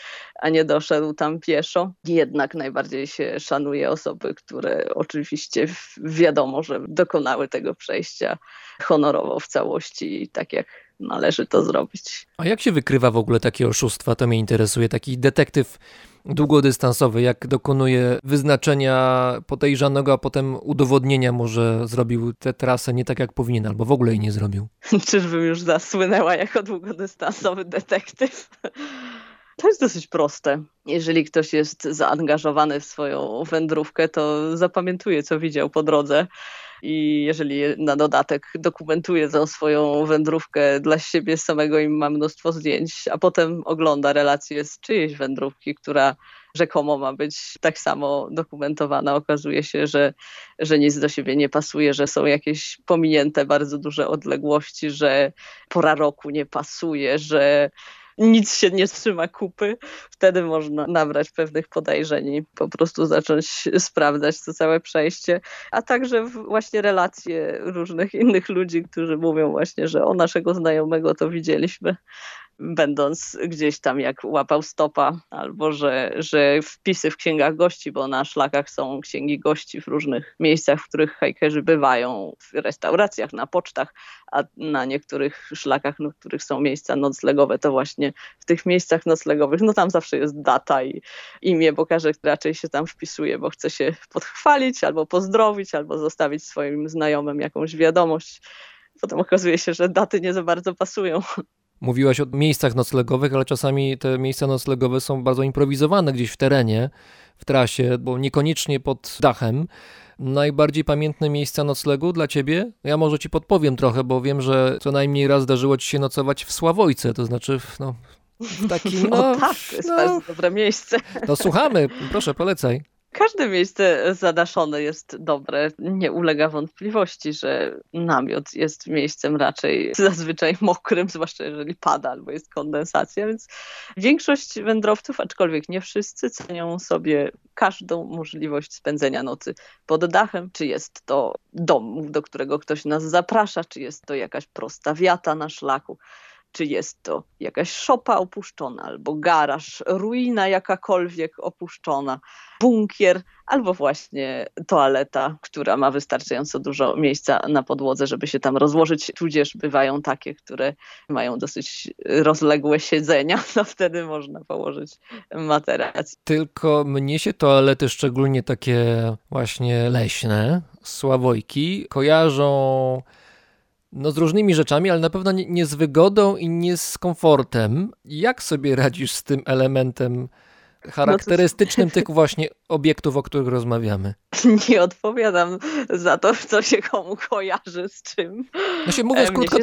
a nie doszedł tam pieszo. Jednak najbardziej się szanuje osoby, które oczywiście wiadomo, że dokonały tego przejścia honorowo w całości, tak jak należy to zrobić. A jak się wykrywa w ogóle takie oszustwa? To mnie interesuje. Taki detektyw długodystansowy, jak dokonuje wyznaczenia podejrzanego, a potem udowodnienia, może zrobił tę trasę nie tak jak powinien, albo w ogóle jej nie zrobił. Czyżbym już zasłynęła jako długodystansowy detektyw? To jest dosyć proste. Jeżeli ktoś jest zaangażowany w swoją wędrówkę, to zapamiętuje, co widział po drodze. I jeżeli na dodatek dokumentuje tą swoją wędrówkę dla siebie samego i ma mnóstwo zdjęć, a potem ogląda relacje z czyjejś wędrówki, która rzekomo ma być tak samo dokumentowana, okazuje się, że nic do siebie nie pasuje, że są jakieś pominięte bardzo duże odległości, że pora roku nie pasuje, że nic się nie trzyma kupy, wtedy można nabrać pewnych podejrzeń i po prostu zacząć sprawdzać to całe przejście, a także właśnie relacje różnych innych ludzi, którzy mówią właśnie, że o naszego znajomego to widzieliśmy, będąc gdzieś tam jak łapał stopa, albo że wpisy w księgach gości, bo na szlakach są księgi gości w różnych miejscach, w których hajkerzy bywają, w restauracjach, na pocztach, a na niektórych szlakach, w których są miejsca noclegowe, to właśnie w tych miejscach noclegowych, no tam zawsze jest data i imię, bo każdy raczej się tam wpisuje, bo chce się podchwalić, albo pozdrowić, albo zostawić swoim znajomym jakąś wiadomość. Potem okazuje się, że daty nie za bardzo pasują. Mówiłaś o miejscach noclegowych, ale czasami te miejsca noclegowe są bardzo improwizowane gdzieś w terenie, w trasie, bo niekoniecznie pod dachem. Najbardziej pamiętne miejsca noclegu dla ciebie? Ja może ci podpowiem trochę, bo wiem, że co najmniej raz zdarzyło ci się nocować w Sławojce, to znaczy w takim... No tak, to jest bardzo dobre miejsce. No słuchamy, proszę, polecaj. Każde miejsce zadaszone jest dobre. Nie ulega wątpliwości, że namiot jest miejscem raczej zazwyczaj mokrym, zwłaszcza jeżeli pada albo jest kondensacja, więc większość wędrowców, aczkolwiek nie wszyscy, cenią sobie każdą możliwość spędzenia nocy pod dachem. Czy jest to dom, do którego ktoś nas zaprasza, czy jest to jakaś prosta wiata na szlaku, czy jest to jakaś szopa opuszczona, albo garaż, ruina jakakolwiek opuszczona, bunkier, albo właśnie toaleta, która ma wystarczająco dużo miejsca na podłodze, żeby się tam rozłożyć, tudzież bywają takie, które mają dosyć rozległe siedzenia, to wtedy można położyć materac. Tylko mnie się toalety, szczególnie takie właśnie leśne, Sławojki, kojarzą z różnymi rzeczami, ale na pewno nie z wygodą i nie z komfortem. Jak sobie radzisz z tym elementem charakterystycznym tych właśnie obiektów, o których rozmawiamy? Nie odpowiadam za to, co się komu kojarzy z czym. Mówiąc krótko,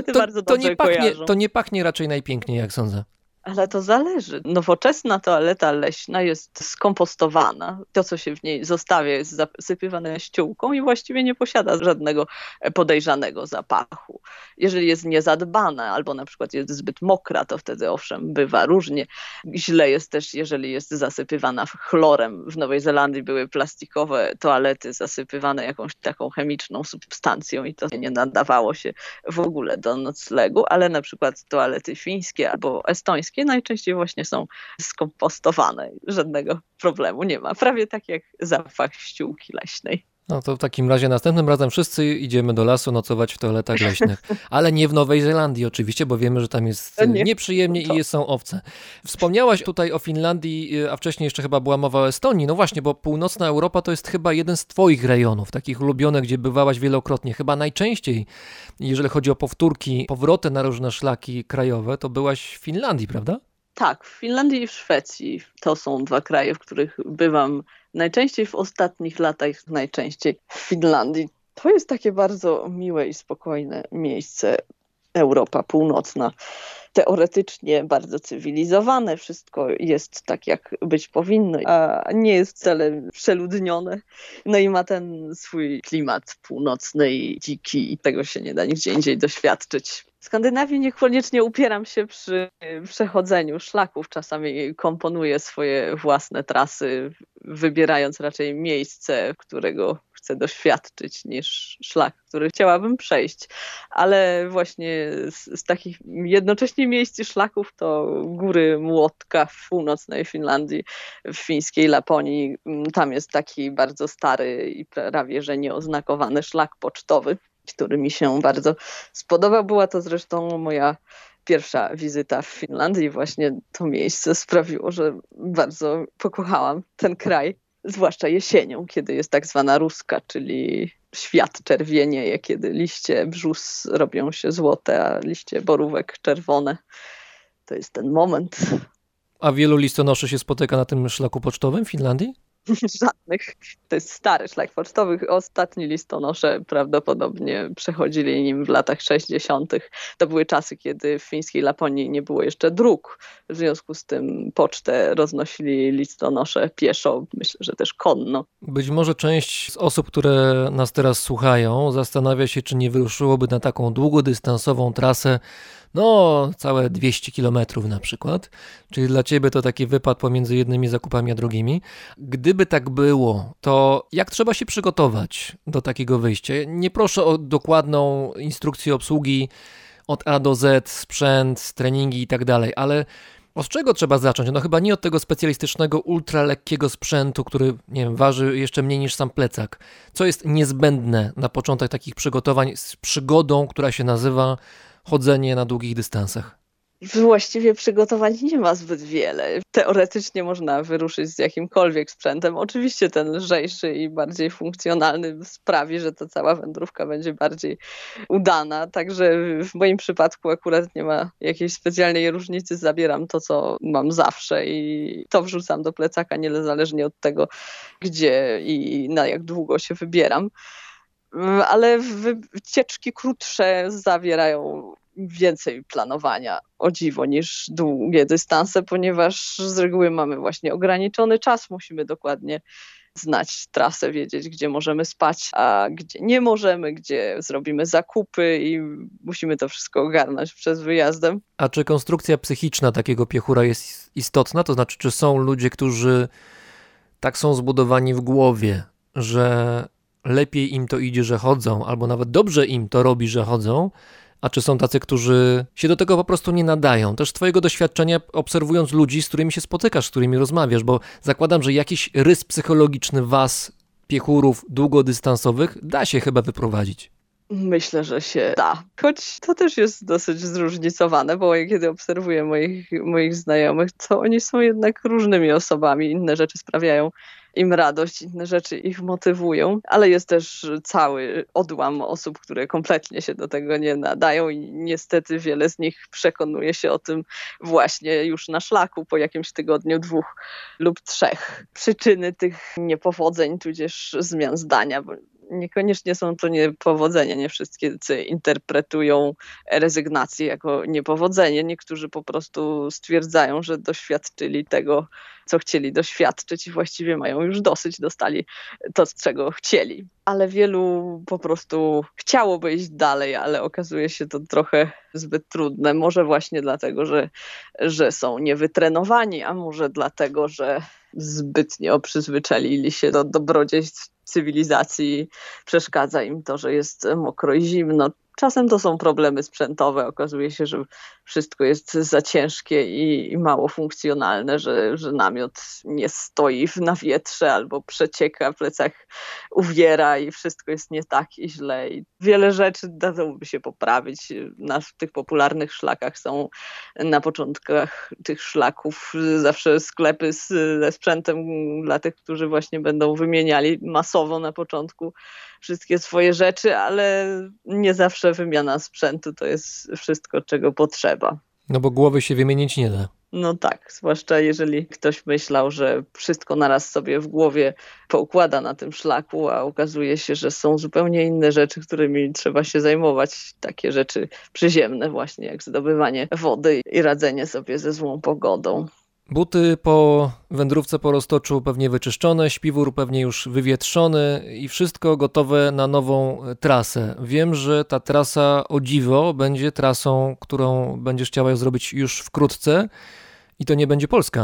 to nie pachnie raczej najpiękniej, jak sądzę. Ale to zależy. Nowoczesna toaleta leśna jest skompostowana. To, co się w niej zostawia, jest zasypywane ściółką i właściwie nie posiada żadnego podejrzanego zapachu. Jeżeli jest niezadbana albo na przykład jest zbyt mokra, to wtedy owszem, bywa różnie. Źle jest też, jeżeli jest zasypywana chlorem. W Nowej Zelandii były plastikowe toalety zasypywane jakąś taką chemiczną substancją i to nie nadawało się w ogóle do noclegu, ale na przykład toalety fińskie albo estońskie najczęściej właśnie są skompostowane. Żadnego problemu nie ma. Prawie tak jak zapach ściółki leśnej. No to w takim razie następnym razem wszyscy idziemy do lasu nocować w toaletach leśnych. Ale nie w Nowej Zelandii oczywiście, bo wiemy, że tam jest nieprzyjemnie i są owce. Wspomniałaś tutaj o Finlandii, a wcześniej jeszcze chyba była mowa o Estonii. No właśnie, bo północna Europa to jest chyba jeden z twoich rejonów, takich ulubionych, gdzie bywałaś wielokrotnie. Chyba najczęściej, jeżeli chodzi o powtórki, powroty na różne szlaki krajowe, to byłaś w Finlandii, prawda? Tak, w Finlandii i w Szwecji. To są dwa kraje, w których bywam najczęściej w ostatnich latach, najczęściej w Finlandii. To jest takie bardzo miłe i spokojne miejsce. Europa Północna, teoretycznie bardzo cywilizowane, wszystko jest tak, jak być powinno, a nie jest wcale przeludnione. No i ma ten swój klimat północny i dziki i tego się nie da nigdzie indziej doświadczyć. W Skandynawii niekoniecznie upieram się przy przechodzeniu szlaków. Czasami komponuję swoje własne trasy, wybierając raczej miejsce, którego chcę doświadczyć, niż szlak, który chciałabym przejść. Ale właśnie z takich jednocześnie miejsc i szlaków to góry Młotka w północnej Finlandii, w fińskiej Laponii. Tam jest taki bardzo stary i prawie że nieoznakowany szlak pocztowy. który mi się bardzo spodobał. Była to zresztą moja pierwsza wizyta w Finlandii. Właśnie to miejsce sprawiło, że bardzo pokochałam ten kraj. Zwłaszcza jesienią, kiedy jest tak zwana ruska, czyli świat czerwienieje, kiedy liście brzus robią się złote, a liście borówek czerwone. To jest ten moment. A wielu listonoszy się spotyka na tym szlaku pocztowym w Finlandii? Żadnych. To jest stary szlak pocztowy. Ostatni listonosze prawdopodobnie przechodzili nim w latach 60. To były czasy, kiedy w fińskiej Laponii nie było jeszcze dróg. W związku z tym pocztę roznosili listonosze pieszo, myślę, że też konno. Być może część z osób, które nas teraz słuchają, zastanawia się, czy nie wyruszyłoby na taką długodystansową trasę, całe 200 kilometrów na przykład. Czyli dla ciebie to taki wypad pomiędzy jednymi zakupami a drugimi. Gdyby tak było, to jak trzeba się przygotować do takiego wyjścia? Nie proszę o dokładną instrukcję obsługi od A do Z, sprzęt, treningi i tak dalej, ale od czego trzeba zacząć? Chyba nie od tego specjalistycznego, ultralekkiego sprzętu, który, waży jeszcze mniej niż sam plecak. Co jest niezbędne na początek takich przygotowań z przygodą, która się nazywa chodzenie na długich dystansach? Właściwie przygotowań nie ma zbyt wiele. Teoretycznie można wyruszyć z jakimkolwiek sprzętem. Oczywiście ten lżejszy i bardziej funkcjonalny sprawi, że ta cała wędrówka będzie bardziej udana. Także w moim przypadku akurat nie ma jakiejś specjalnej różnicy. Zabieram to, co mam zawsze i to wrzucam do plecaka, niezależnie od tego, gdzie i na jak długo się wybieram. Ale wycieczki krótsze zawierają więcej planowania, o dziwo, niż długie dystanse, ponieważ z reguły mamy właśnie ograniczony czas, musimy dokładnie znać trasę, wiedzieć, gdzie możemy spać, a gdzie nie możemy, gdzie zrobimy zakupy i musimy to wszystko ogarnąć przed wyjazdem. A czy konstrukcja psychiczna takiego piechura jest istotna? To znaczy, czy są ludzie, którzy tak są zbudowani w głowie, że lepiej im to idzie, że chodzą, albo nawet dobrze im to robi, że chodzą, a czy są tacy, którzy się do tego po prostu nie nadają? Też z twojego doświadczenia, obserwując ludzi, z którymi się spotykasz, z którymi rozmawiasz, bo zakładam, że jakiś rys psychologiczny was, piechurów długodystansowych, da się chyba wyprowadzić. Myślę, że się da. Choć to też jest dosyć zróżnicowane, bo kiedy obserwuję moich znajomych, to oni są jednak różnymi osobami. Inne rzeczy sprawiają im radość, inne rzeczy ich motywują, ale jest też cały odłam osób, które kompletnie się do tego nie nadają i niestety wiele z nich przekonuje się o tym właśnie już na szlaku po jakimś tygodniu, 2 lub 3. Przyczyny tych niepowodzeń, tudzież zmian zdania, bo niekoniecznie są to niepowodzenia, nie wszyscy interpretują rezygnację jako niepowodzenie. Niektórzy po prostu stwierdzają, że doświadczyli tego, co chcieli doświadczyć i właściwie mają już dosyć, dostali to, czego chcieli. Ale wielu po prostu chciałoby iść dalej, ale okazuje się to trochę zbyt trudne. Może właśnie dlatego, że są niewytrenowani, a może dlatego, że zbytnio przyzwyczaili się do dobrodziejstw cywilizacji. Przeszkadza im to, że jest mokro i zimno. Czasem to są problemy sprzętowe. Okazuje się, że wszystko jest za ciężkie i mało funkcjonalne, że namiot nie stoi na wietrze albo przecieka, w plecach uwiera i wszystko jest nie tak i źle. I wiele rzeczy dałoby się poprawić. Na tych popularnych szlakach są na początkach tych szlaków zawsze sklepy ze sprzętem dla tych, którzy właśnie będą wymieniali masowo na początku wszystkie swoje rzeczy, ale nie zawsze wymiana sprzętu to jest wszystko, czego potrzeba. No bo głowy się wymienić nie da. No tak, zwłaszcza jeżeli ktoś myślał, że wszystko naraz sobie w głowie poukłada na tym szlaku, a okazuje się, że są zupełnie inne rzeczy, którymi trzeba się zajmować. Takie rzeczy przyziemne właśnie, jak zdobywanie wody i radzenie sobie ze złą pogodą. Buty po wędrówce po roztoczu pewnie wyczyszczone, śpiwór pewnie już wywietrzony i wszystko gotowe na nową trasę. Wiem, że ta trasa, o dziwo, będzie trasą, którą będziesz chciała zrobić już wkrótce i to nie będzie Polska.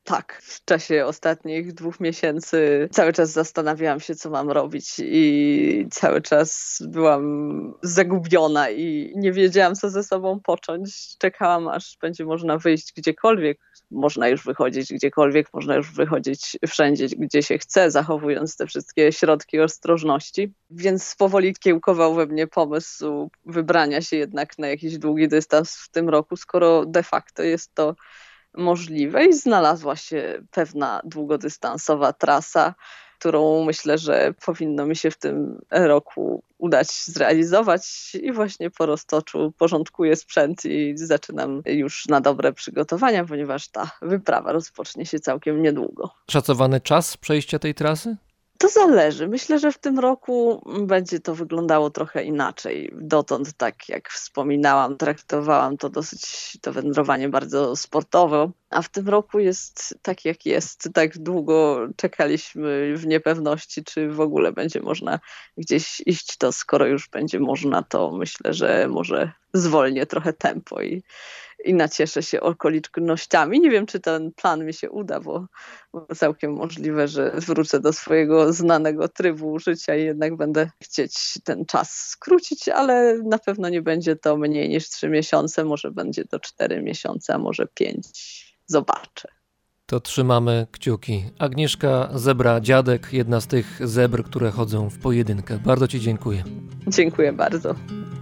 Tak, w czasie ostatnich 2 miesięcy cały czas zastanawiałam się, co mam robić i cały czas byłam zagubiona i nie wiedziałam, co ze sobą począć. Czekałam, aż będzie można wyjść gdziekolwiek. Można już wychodzić gdziekolwiek, można już wychodzić wszędzie, gdzie się chce, zachowując te wszystkie środki ostrożności. Więc powoli kiełkował we mnie pomysł wybrania się jednak na jakiś długi dystans w tym roku, skoro de facto jest to możliwe i znalazła się pewna długodystansowa trasa, którą myślę, że powinno mi się w tym roku udać zrealizować i właśnie po roztoczu porządkuję sprzęt i zaczynam już na dobre przygotowania, ponieważ ta wyprawa rozpocznie się całkiem niedługo. Szacowany czas przejścia tej trasy? To zależy. Myślę, że w tym roku będzie to wyglądało trochę inaczej. Dotąd, tak jak wspominałam, traktowałam to wędrowanie bardzo sportowo, a w tym roku jest tak jak jest. Tak długo czekaliśmy w niepewności, czy w ogóle będzie można gdzieś iść, to skoro już będzie można, to myślę, że może zwolnię trochę tempo i nacieszę się okolicznościami. Nie wiem, czy ten plan mi się uda, bo całkiem możliwe, że wrócę do swojego znanego trybu życia i jednak będę chcieć ten czas skrócić, ale na pewno nie będzie to mniej niż 3 miesiące, może będzie to 4 miesiące, a może 5. Zobaczę. To trzymamy kciuki. Agnieszka Zebra-Dziadek, jedna z tych zebr, które chodzą w pojedynkę. Bardzo Ci dziękuję. Dziękuję bardzo.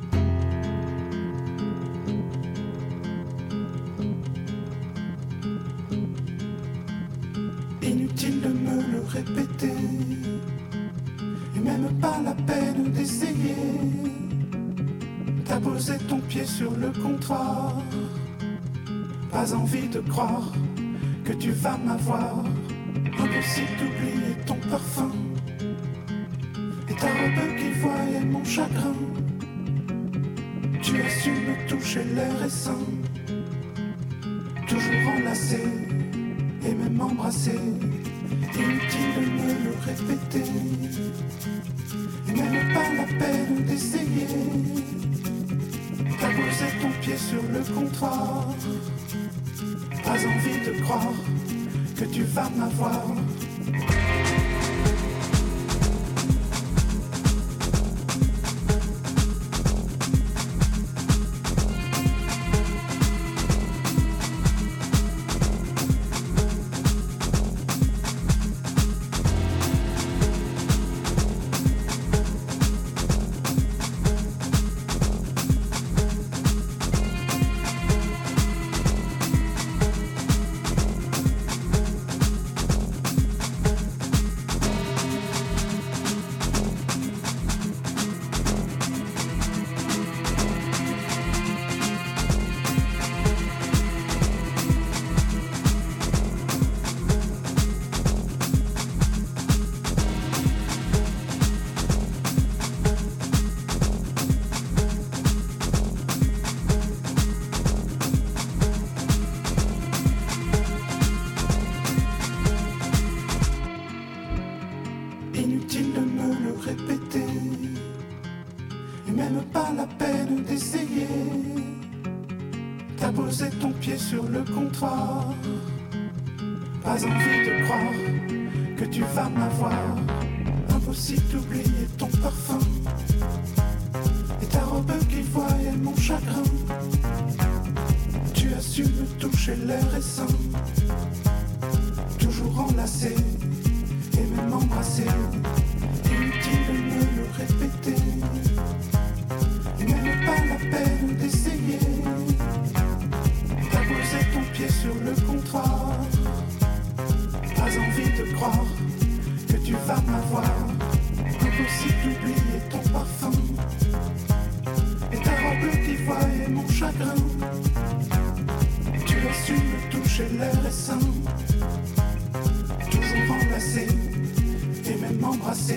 Inutile de me le répéter, et même pas la peine d'essayer. T'as posé ton pied sur le comptoir, pas envie de croire que tu vas m'avoir. Impossible d'oublier ton parfum et ta robe qui voyait mon chagrin. Tu as su me toucher l'air et sein, toujours enlacé et même embrasser. Inutile de me le répéter, et même pas la peine d'essayer. T'as posé ton pied sur le comptoir, pas envie de croire que tu vas m'avoir. Inutile de me le répéter, et même pas la peine d'essayer. T'as posé ton pied sur le comptoir, pas envie de croire que tu vas m'avoir. Impossible d'oublier ton parfum et ta robe qui voyait mon chagrin. Tu as su me toucher l'air et sein, toujours enlacé et même embrasser. Inutile de me le répéter, et même pas la peine d'essayer. T'as posé ton pied sur le comptoir, pas envie de croire que tu vas m'avoir. Impossible d'oublier ton parfum et ta robe qui voyait mon chagrin. Tu as su me toucher l'air et sein, toujours enlacé et même embrassé.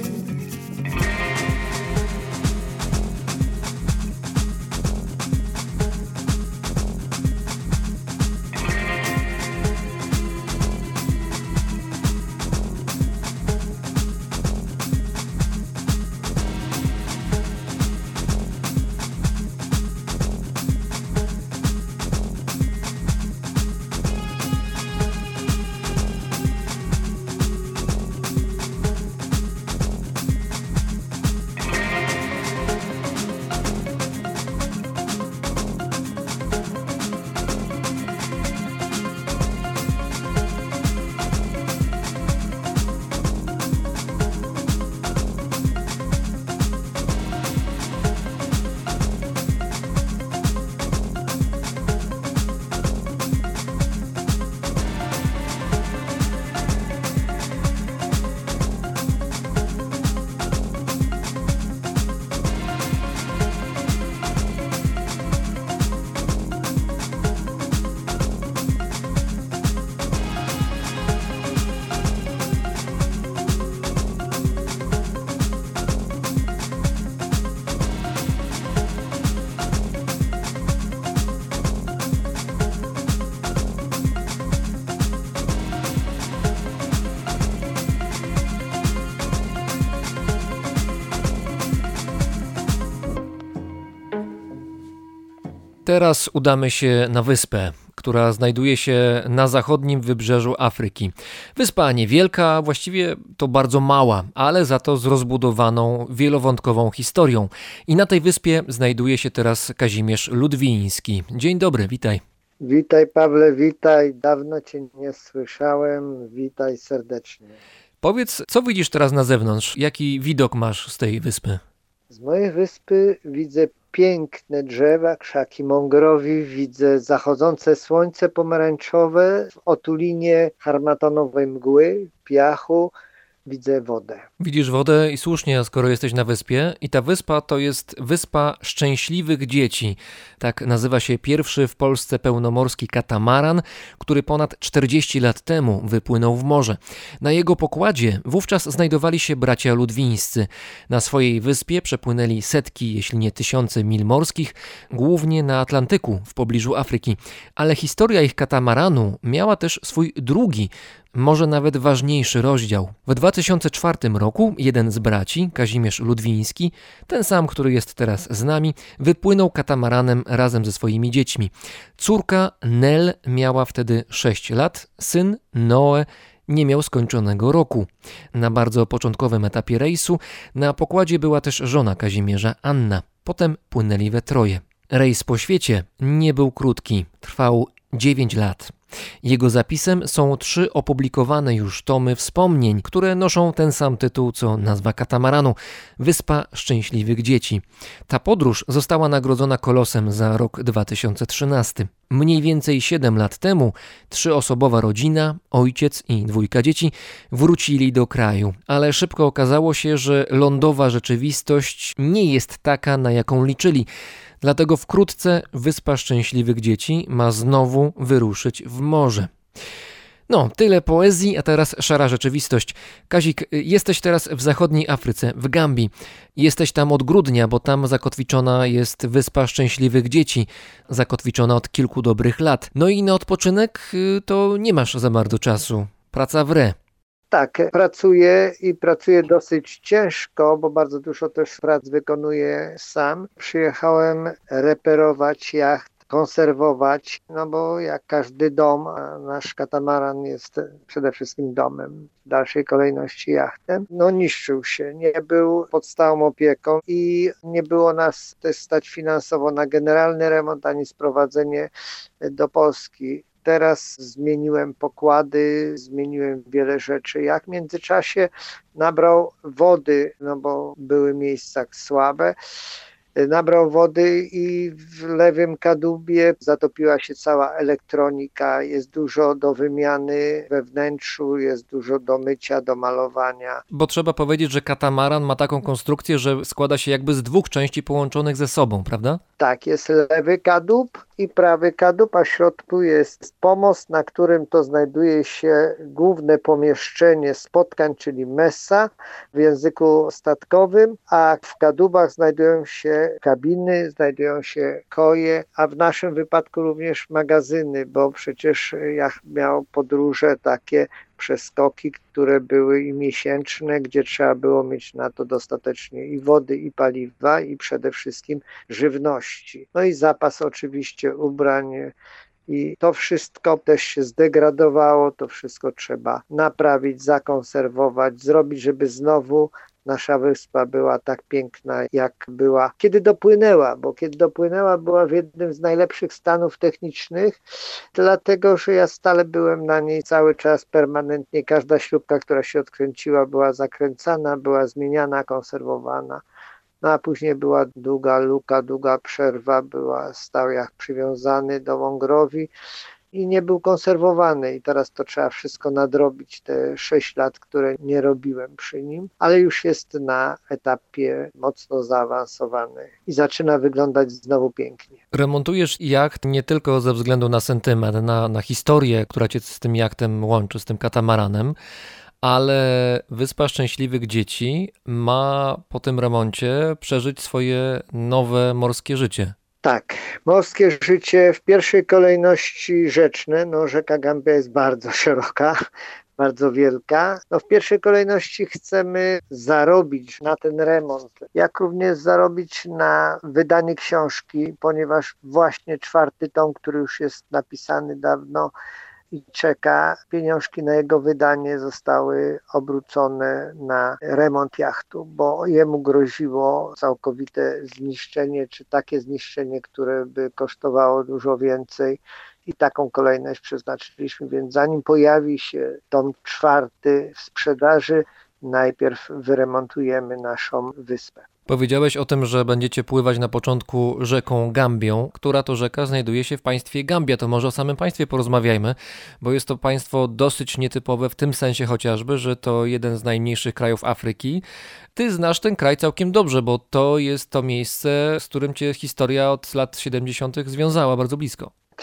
Teraz udamy się na wyspę, która znajduje się na zachodnim wybrzeżu Afryki. Wyspa niewielka, właściwie to bardzo mała, ale za to z rozbudowaną, wielowątkową historią. I na tej wyspie znajduje się teraz Kazimierz Ludwiński. Dzień dobry, witaj. Witaj Pawle, witaj. Dawno Cię nie słyszałem. Witaj serdecznie. Powiedz, co widzisz teraz na zewnątrz? Jaki widok masz z tej wyspy? Z mojej wyspy widzę piękne drzewa, krzaki mangrowi, widzę zachodzące słońce pomarańczowe w otulinie harmatonowej mgły, piachu. Widzę wodę. Widzisz wodę i słusznie, skoro jesteś na wyspie. I ta wyspa to jest Wyspa Szczęśliwych Dzieci. Tak nazywa się pierwszy w Polsce pełnomorski katamaran, który ponad 40 lat temu wypłynął w morze. Na jego pokładzie wówczas znajdowali się bracia ludwińscy. Na swojej wyspie przepłynęli setki, jeśli nie tysiące mil morskich, głównie na Atlantyku, w pobliżu Afryki. Ale historia ich katamaranu miała też swój drugi, może nawet ważniejszy rozdział. W 2004 roku jeden z braci, Kazimierz Ludwiński, ten sam, który jest teraz z nami, wypłynął katamaranem razem ze swoimi dziećmi. Córka Nel miała wtedy 6 lat, syn Noe nie miał skończonego roku. Na bardzo początkowym etapie rejsu na pokładzie była też żona Kazimierza, Anna. Potem płynęli we troje. Rejs po świecie nie był krótki, trwał 9 lat. Jego zapisem są 3 opublikowane już tomy wspomnień, które noszą ten sam tytuł co nazwa katamaranu – Wyspa Szczęśliwych Dzieci. Ta podróż została nagrodzona Kolosem za rok 2013. Mniej więcej 7 lat temu 3-osobowa rodzina, ojciec i 2 dzieci wrócili do kraju, ale szybko okazało się, że lądowa rzeczywistość nie jest taka, na jaką liczyli. Dlatego wkrótce Wyspa Szczęśliwych Dzieci ma znowu wyruszyć w morze. No, tyle poezji, a teraz szara rzeczywistość. Kazik, jesteś teraz w zachodniej Afryce, w Gambii. Jesteś tam od grudnia, bo tam zakotwiczona jest Wyspa Szczęśliwych Dzieci. Zakotwiczona od kilku dobrych lat. No i na odpoczynek to nie masz za bardzo czasu. Praca w re. Tak, pracuję dosyć ciężko, bo bardzo dużo też prac wykonuję sam. Przyjechałem reperować jacht, konserwować, no bo jak każdy dom, a nasz katamaran jest przede wszystkim domem, w dalszej kolejności jachtem, no niszczył się, nie był pod stałą opieką i nie było nas też stać finansowo na generalny remont ani sprowadzenie do Polski. Teraz zmieniłem pokłady, zmieniłem wiele rzeczy. Jak w międzyczasie nabrał wody, no bo były miejsca słabe, nabrał wody i w lewym kadłubie zatopiła się cała elektronika, jest dużo do wymiany we wnętrzu, jest dużo do mycia, do malowania. Bo trzeba powiedzieć, że katamaran ma taką konstrukcję, że składa się jakby z 2 części połączonych ze sobą, prawda? Tak, jest lewy kadłub i prawy kadłub, a w środku jest pomost, na którym to znajduje się główne pomieszczenie spotkań, czyli messa w języku statkowym, a w kadłubach znajdują się kabiny, znajdują się koje, a w naszym wypadku również magazyny, bo przecież jacht miał podróże takie, przeskoki, które były i miesięczne, gdzie trzeba było mieć na to dostatecznie i wody, i paliwa, i przede wszystkim żywności. No i zapas oczywiście ubrań. I to wszystko też się zdegradowało, to wszystko trzeba naprawić, zakonserwować, zrobić, żeby znowu nasza wyspa była tak piękna, jak była, kiedy dopłynęła, bo kiedy dopłynęła, była w jednym z najlepszych stanów technicznych, dlatego, że ja stale byłem na niej cały czas, permanentnie. Każda śrubka, która się odkręciła, była zakręcana, była zmieniana, konserwowana. No a później była długa luka, długa przerwa, stał jacht przywiązany do wągrowi i nie był konserwowany i teraz to trzeba wszystko nadrobić, te 6 lat, które nie robiłem przy nim, ale już jest na etapie mocno zaawansowanym i zaczyna wyglądać znowu pięknie. Remontujesz jacht nie tylko ze względu na sentyment, na historię, która cię z tym jachtem łączy, z tym katamaranem, ale Wyspa Szczęśliwych Dzieci ma po tym remoncie przeżyć swoje nowe morskie życie. Tak, morskie życie w pierwszej kolejności rzeczne. No, rzeka Gambia jest bardzo szeroka, bardzo wielka. No, w pierwszej kolejności chcemy zarobić na ten remont, jak również zarobić na wydanie książki, ponieważ właśnie 4. tom, który już jest napisany dawno i czeka, pieniążki na jego wydanie zostały obrócone na remont jachtu, bo jemu groziło całkowite zniszczenie, czy takie zniszczenie, które by kosztowało dużo więcej. I taką kolejność przeznaczyliśmy, więc zanim pojawi się tom 4 w sprzedaży, najpierw wyremontujemy naszą wyspę. Powiedziałeś o tym, że będziecie pływać na początku rzeką Gambią, która to rzeka znajduje się w państwie Gambia. To może o samym państwie porozmawiajmy, bo jest to państwo dosyć nietypowe w tym sensie chociażby, że to jeden z najmniejszych krajów Afryki. Ty znasz ten kraj całkiem dobrze, bo to jest to miejsce, z którym cię historia od lat 70. związała bardzo blisko. W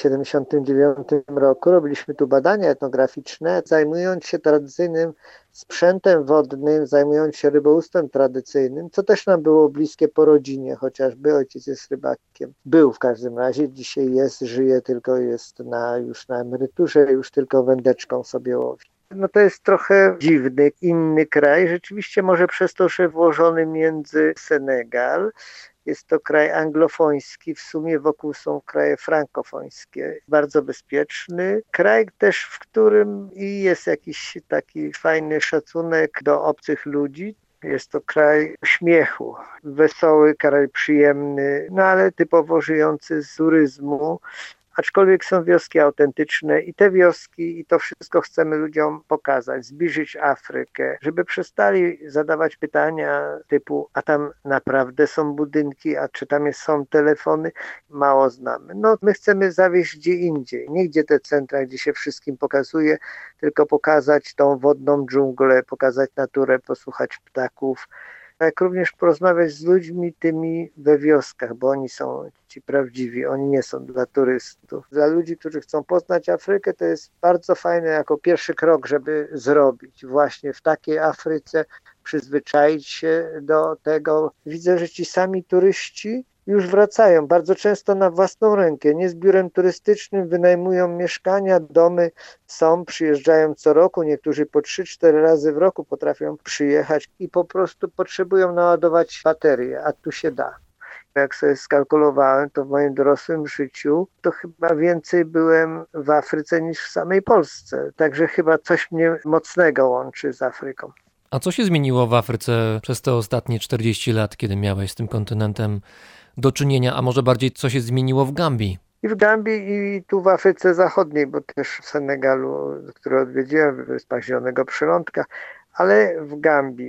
1979 roku robiliśmy tu badania etnograficzne, zajmując się tradycyjnym sprzętem wodnym, zajmując się rybołówstwem tradycyjnym, co też nam było bliskie po rodzinie, chociażby ojciec jest rybakiem. Był w każdym razie, dzisiaj jest, żyje, tylko jest już na emeryturze, już tylko wędeczką sobie łowi. No to jest trochę dziwny, inny kraj, rzeczywiście może przez to, że włożony między Senegal. Jest to kraj anglofoński, w sumie wokół są kraje frankofońskie. Bardzo bezpieczny. Kraj też, w którym jest jakiś taki fajny szacunek do obcych ludzi. Jest to kraj śmiechu, wesoły, kraj przyjemny, no ale typowo żyjący z turyzmu. Aczkolwiek są wioski autentyczne i te wioski i to wszystko chcemy ludziom pokazać, zbliżyć Afrykę, żeby przestali zadawać pytania typu, a tam naprawdę są budynki, a czy tam są telefony? Mało znamy. No my chcemy zawieźć gdzie indziej, nie gdzie te centra, gdzie się wszystkim pokazuje, tylko pokazać tą wodną dżunglę, pokazać naturę, posłuchać ptaków, jak również porozmawiać z ludźmi tymi we wioskach, bo oni są ci prawdziwi, oni nie są dla turystów. Dla ludzi, którzy chcą poznać Afrykę, to jest bardzo fajne jako pierwszy krok, żeby zrobić właśnie w takiej Afryce, przyzwyczaić się do tego. Widzę, że ci sami turyści już wracają, bardzo często na własną rękę, nie z biurem turystycznym, wynajmują mieszkania, domy przyjeżdżają co roku, niektórzy po 3-4 razy w roku potrafią przyjechać i po prostu potrzebują naładować baterię, a tu się da. Jak sobie skalkulowałem, to w moim dorosłym życiu to chyba więcej byłem w Afryce niż w samej Polsce, także chyba coś mnie mocnego łączy z Afryką. A co się zmieniło w Afryce przez te ostatnie 40 lat, kiedy miałeś z tym kontynentem do czynienia, a może bardziej co się zmieniło w Gambii? I w Gambii, i tu w Afryce Zachodniej, bo też w Senegalu, który odwiedziłem, w Wyspach Zielonego Przylądka, ale w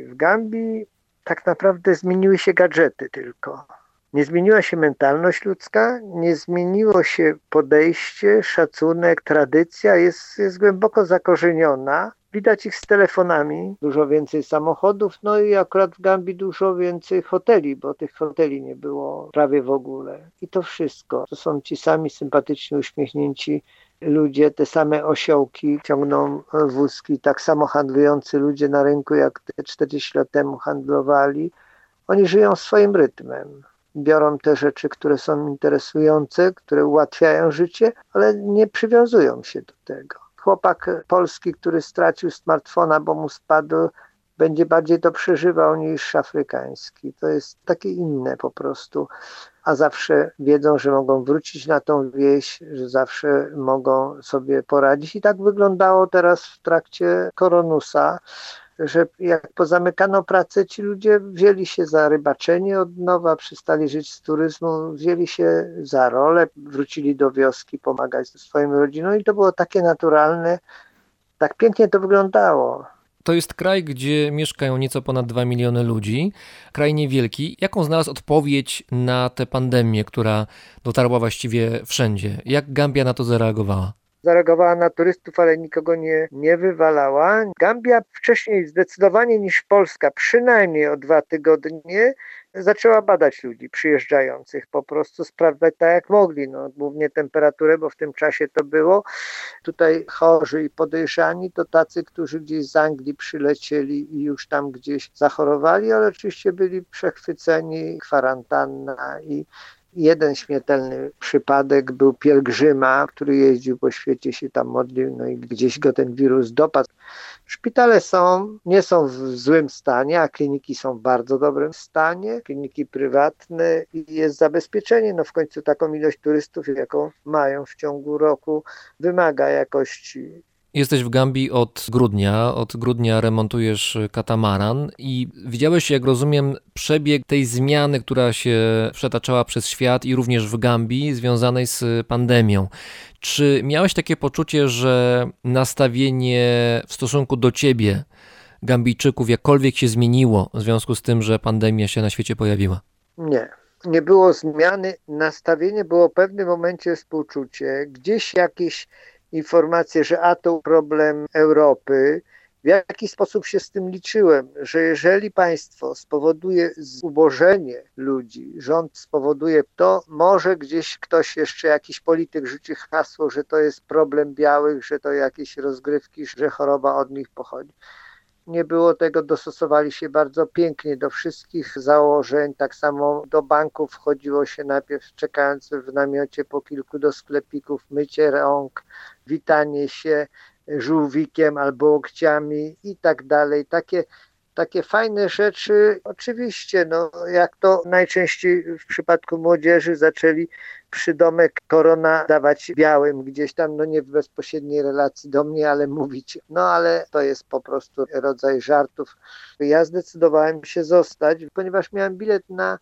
Gambii tak naprawdę zmieniły się gadżety tylko. Nie zmieniła się mentalność ludzka, nie zmieniło się podejście, szacunek, tradycja jest głęboko zakorzeniona. Widać ich z telefonami, dużo więcej samochodów, no i akurat w Gambii dużo więcej hoteli, bo tych hoteli nie było prawie w ogóle. I to wszystko. To są ci sami sympatyczni, uśmiechnięci ludzie, te same osiołki, ciągną wózki, tak samo handlujący ludzie na rynku, jak te 40 lat temu handlowali. Oni żyją swoim rytmem. Biorą te rzeczy, które są interesujące, które ułatwiają życie, ale nie przywiązują się do tego. Chłopak polski, który stracił smartfona, bo mu spadł, będzie bardziej to przeżywał niż afrykański. To jest takie inne po prostu. A zawsze wiedzą, że mogą wrócić na tą wieś, że zawsze mogą sobie poradzić. I tak wyglądało teraz w trakcie koronusa, że jak pozamykano pracę, ci ludzie wzięli się za rybaczenie od nowa, przestali żyć z turyzmu, wzięli się za rolę, wrócili do wioski pomagać swoim rodzinom i to było takie naturalne, tak pięknie to wyglądało. To jest kraj, gdzie mieszkają nieco ponad 2 miliony ludzi, kraj niewielki. Jaką znalazł odpowiedź na tę pandemię, która dotarła właściwie wszędzie? Jak Gambia na to zareagowała? Zareagowała na turystów, ale nikogo nie wywalała. Gambia wcześniej zdecydowanie niż Polska, przynajmniej o 2 tygodnie, zaczęła badać ludzi przyjeżdżających, po prostu sprawdzać tak jak mogli, no, głównie temperaturę, bo w tym czasie to było. Tutaj chorzy i podejrzani to tacy, którzy gdzieś z Anglii przylecieli i już tam gdzieś zachorowali, ale oczywiście byli przechwyceni, kwarantanna Jeden śmiertelny przypadek był pielgrzyma, który jeździł po świecie, się tam modlił, no i gdzieś go ten wirus dopadł. Szpitale nie są w złym stanie, a kliniki są w bardzo dobrym stanie, kliniki prywatne i jest zabezpieczenie. No w końcu taką ilość turystów, jaką mają w ciągu roku, wymaga jakości. Jesteś w Gambii od grudnia remontujesz katamaran i widziałeś, jak rozumiem, przebieg tej zmiany, która się przetaczała przez świat i również w Gambii związanej z pandemią. Czy miałeś takie poczucie, że nastawienie w stosunku do ciebie, Gambijczyków, jakkolwiek się zmieniło w związku z tym, że pandemia się na świecie pojawiła? Nie było zmiany. Nastawienie było w pewnym momencie współczucie. Gdzieś jakieś informacje, że to problem Europy. W jaki sposób się z tym liczyłem, że jeżeli państwo spowoduje zubożenie ludzi, rząd spowoduje to, może gdzieś ktoś jeszcze, jakiś polityk rzuci hasło, że to jest problem białych, że to jakieś rozgrywki, że choroba od nich pochodzi. Nie było tego, dostosowali się bardzo pięknie do wszystkich założeń. Tak samo do banków wchodziło się najpierw czekając w namiocie po kilku, do sklepików, mycie rąk, witanie się żółwikiem albo łokciami i tak dalej. Takie fajne rzeczy. Oczywiście, jak to najczęściej w przypadku młodzieży, zaczęli przydomek korona dawać białym gdzieś tam, nie w bezpośredniej relacji do mnie, ale mówić. Ale to jest po prostu rodzaj żartów. Ja zdecydowałem się zostać, ponieważ miałem bilet na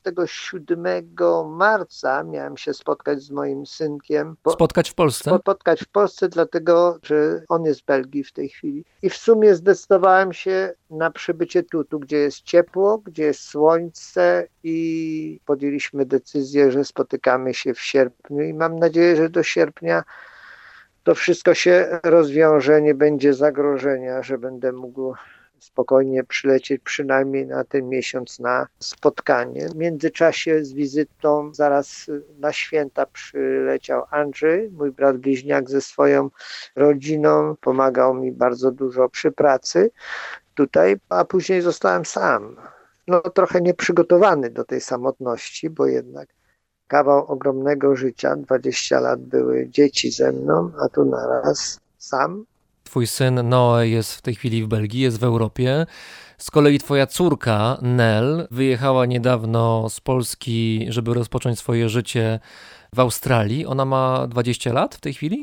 27 marca. Miałem się spotkać z moim synkiem. Spotkać w Polsce? Spotkać w Polsce, dlatego że on jest w Belgii w tej chwili. I w sumie zdecydowałem się na przybycie tu, gdzie jest ciepło, gdzie jest słońce i podjęliśmy decyzję, że spotykamy się w sierpniu i mam nadzieję, że do sierpnia to wszystko się rozwiąże, nie będzie zagrożenia, że będę mógł spokojnie przylecieć przynajmniej na ten miesiąc na spotkanie. W międzyczasie z wizytą zaraz na święta przyleciał Andrzej, mój brat bliźniak ze swoją rodziną, pomagał mi bardzo dużo przy pracy tutaj, a później zostałem sam. Trochę nieprzygotowany do tej samotności, bo jednak kawał ogromnego życia, 20 lat były dzieci ze mną, a tu naraz sam. Twój syn Noe jest w tej chwili w Belgii, jest w Europie. Z kolei twoja córka Nel wyjechała niedawno z Polski, żeby rozpocząć swoje życie w Australii. Ona ma 20 lat w tej chwili?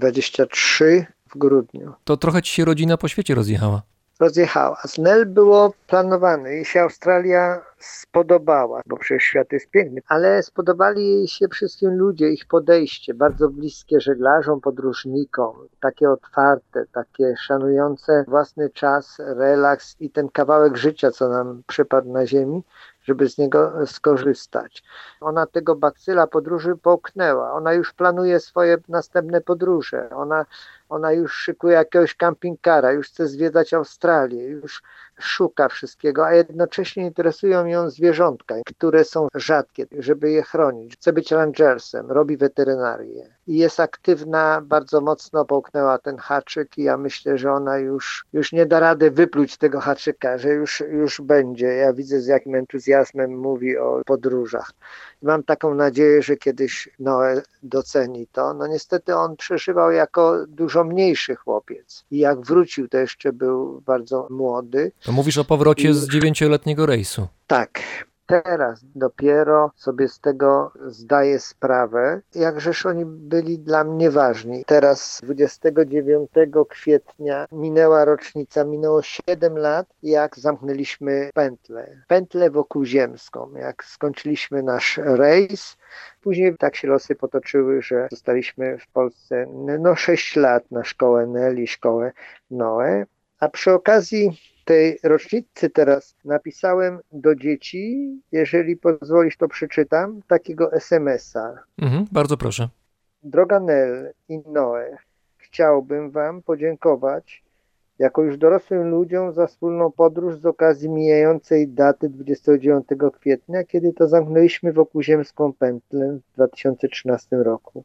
23 w grudniu. To trochę ci się rodzina po świecie rozjechała. Z Nel było planowane. Jej się Australia spodobała, bo przecież świat jest piękny, ale spodobali jej się wszystkim ludzie, ich podejście, bardzo bliskie żeglarzom, podróżnikom, takie otwarte, takie szanujące własny czas, relaks i ten kawałek życia, co nam przypadł na ziemi, żeby z niego skorzystać. Ona tego bakcyla podróży połknęła. Ona już planuje swoje następne podróże. Ona już szykuje jakiegoś campingkara, już chce zwiedzać Australię, już szuka wszystkiego, a jednocześnie interesują ją zwierzątka, które są rzadkie, żeby je chronić. Chce być rangersem, robi weterynarię i jest aktywna, bardzo mocno połknęła ten haczyk i ja myślę, że ona już nie da rady wypluć tego haczyka, że już będzie. Ja widzę, z jakim entuzjazmem mówi o podróżach. Mam taką nadzieję, że kiedyś Noe doceni to. Niestety on przeżywał jako dużo mniejszy chłopiec i jak wrócił, to jeszcze był bardzo młody. To mówisz o powrocie z 9-letniego rejsu. Tak. Teraz dopiero sobie z tego zdaję sprawę, jakżeż oni byli dla mnie ważni. Teraz 29 kwietnia minęła rocznica, minęło 7 lat, jak zamknęliśmy pętlę wokółziemską, jak skończyliśmy nasz rejs. Później tak się losy potoczyły, że zostaliśmy w Polsce 6 lat na szkołę Nel i szkołę Noe, a przy okazji tej rocznicy teraz napisałem do dzieci, jeżeli pozwolisz, to przeczytam, takiego SMS-a. Bardzo proszę. Droga Nel i Noe, chciałbym wam podziękować jako już dorosłym ludziom za wspólną podróż z okazji mijającej daty 29 kwietnia, kiedy to zamknęliśmy wokółziemską pętlę w 2013 roku.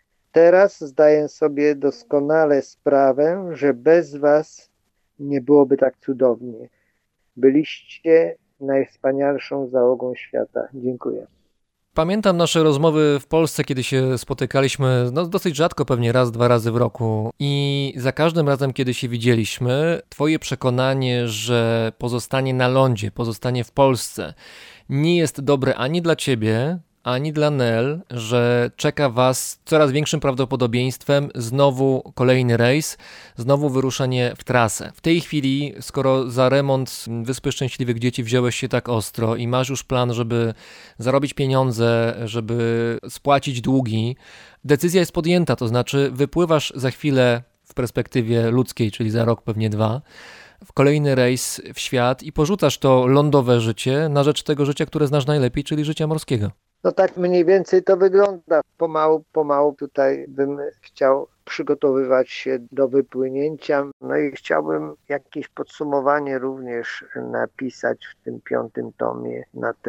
Teraz zdaję sobie doskonale sprawę, że bez was nie byłoby tak cudownie. Byliście najwspanialszą załogą świata. Dziękuję. Pamiętam nasze rozmowy w Polsce, kiedy się spotykaliśmy, dosyć rzadko, pewnie raz, 2 razy w roku i za każdym razem, kiedy się widzieliśmy, twoje przekonanie, że pozostanie na lądzie, pozostanie w Polsce nie jest dobre ani dla ciebie, ani dla Nel, że czeka was coraz większym prawdopodobieństwem znowu kolejny rejs, znowu wyruszenie w trasę. W tej chwili, skoro za remont Wyspy Szczęśliwych Dzieci wziąłeś się tak ostro i masz już plan, żeby zarobić pieniądze, żeby spłacić długi, decyzja jest podjęta, to znaczy wypływasz za chwilę w perspektywie ludzkiej, czyli za rok, pewnie 2, w kolejny rejs w świat i porzucasz to lądowe życie na rzecz tego życia, które znasz najlepiej, czyli życia morskiego. No tak mniej więcej to wygląda. Pomału tutaj bym chciał przygotowywać się do wypłynięcia. No i chciałbym jakieś podsumowanie również napisać w tym 5. tomie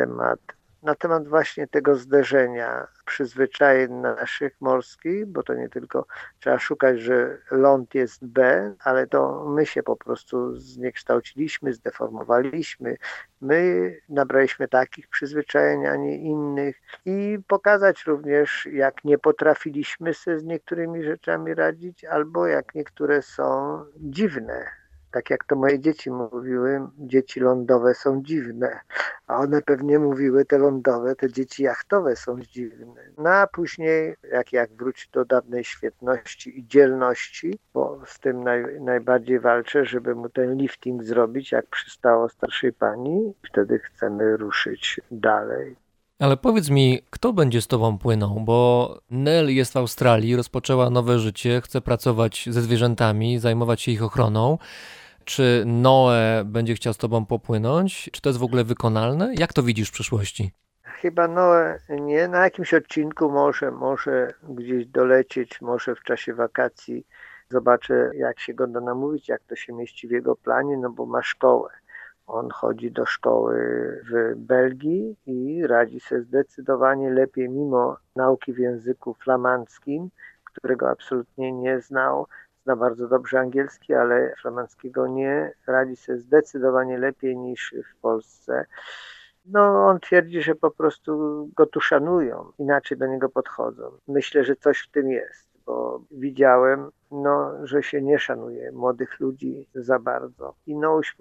na temat właśnie tego zderzenia przyzwyczajeń naszych morskich, bo to nie tylko trzeba szukać, że ląd jest B, ale to my się po prostu zniekształciliśmy, zdeformowaliśmy. My nabraliśmy takich przyzwyczajeń, a nie innych i pokazać również, jak nie potrafiliśmy sobie z niektórymi rzeczami radzić, albo jak niektóre są dziwne. Tak jak to moje dzieci mówiły, dzieci lądowe są dziwne, a one pewnie mówiły, te lądowe, te dzieci jachtowe są dziwne. No a później, jak wróci do dawnej świetności i dzielności, bo z tym najbardziej walczę, żeby mu ten lifting zrobić, jak przystało starszej pani, wtedy chcemy ruszyć dalej. Ale powiedz mi, kto będzie z tobą płynął, bo Nel jest w Australii, rozpoczęła nowe życie, chce pracować ze zwierzętami, zajmować się ich ochroną. Czy Noe będzie chciał z tobą popłynąć? Czy to jest w ogóle wykonalne? Jak to widzisz w przyszłości? Chyba Noe nie, na jakimś odcinku może gdzieś dolecieć, może w czasie wakacji. Zobaczę, jak się go da namówić, jak to się mieści w jego planie, no bo ma szkołę. On chodzi do szkoły w Belgii i radzi sobie zdecydowanie lepiej, mimo nauki w języku flamandzkim, którego absolutnie nie znał. Zna bardzo dobrze angielski, ale flamandzkiego nie. Radzi sobie zdecydowanie lepiej niż w Polsce. No, on twierdzi, że po prostu go tu szanują, inaczej do niego podchodzą. Myślę, że coś w tym jest, bo widziałem, że się nie szanuje młodych ludzi za bardzo. I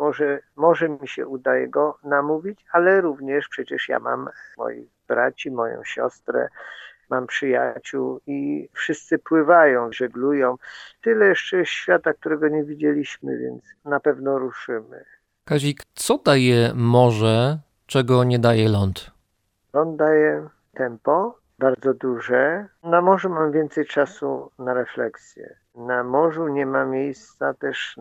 może mi się udaje go namówić, ale również przecież ja mam moich braci, moją siostrę, mam przyjaciół i wszyscy pływają, żeglują. Tyle jeszcze świata, którego nie widzieliśmy, więc na pewno ruszymy. Kazik, co daje morze, czego nie daje ląd? Ląd daje tempo, bardzo duże. Na morzu mam więcej czasu na refleksję. Na morzu nie ma miejsca też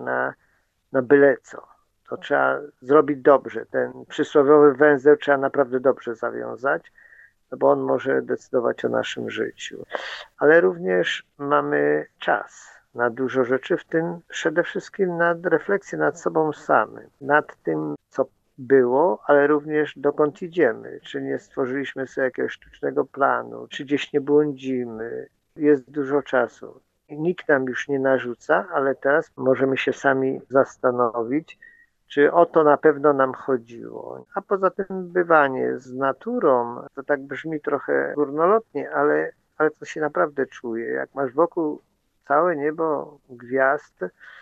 na byle co. To trzeba zrobić dobrze. Ten przysłowiowy węzeł trzeba naprawdę dobrze zawiązać, bo on może decydować o naszym życiu. Ale również mamy czas na dużo rzeczy, w tym przede wszystkim nad refleksję nad sobą samym, nad tym, co było, ale również dokąd idziemy. Czy nie stworzyliśmy sobie jakiegoś sztucznego planu, czy gdzieś nie błądzimy. Jest dużo czasu. Nikt nam już nie narzuca, ale teraz możemy się sami zastanowić, czy o to na pewno nam chodziło. A poza tym bywanie z naturą, to tak brzmi trochę górnolotnie, ale to się naprawdę czuje. Jak masz wokół całe niebo gwiazd,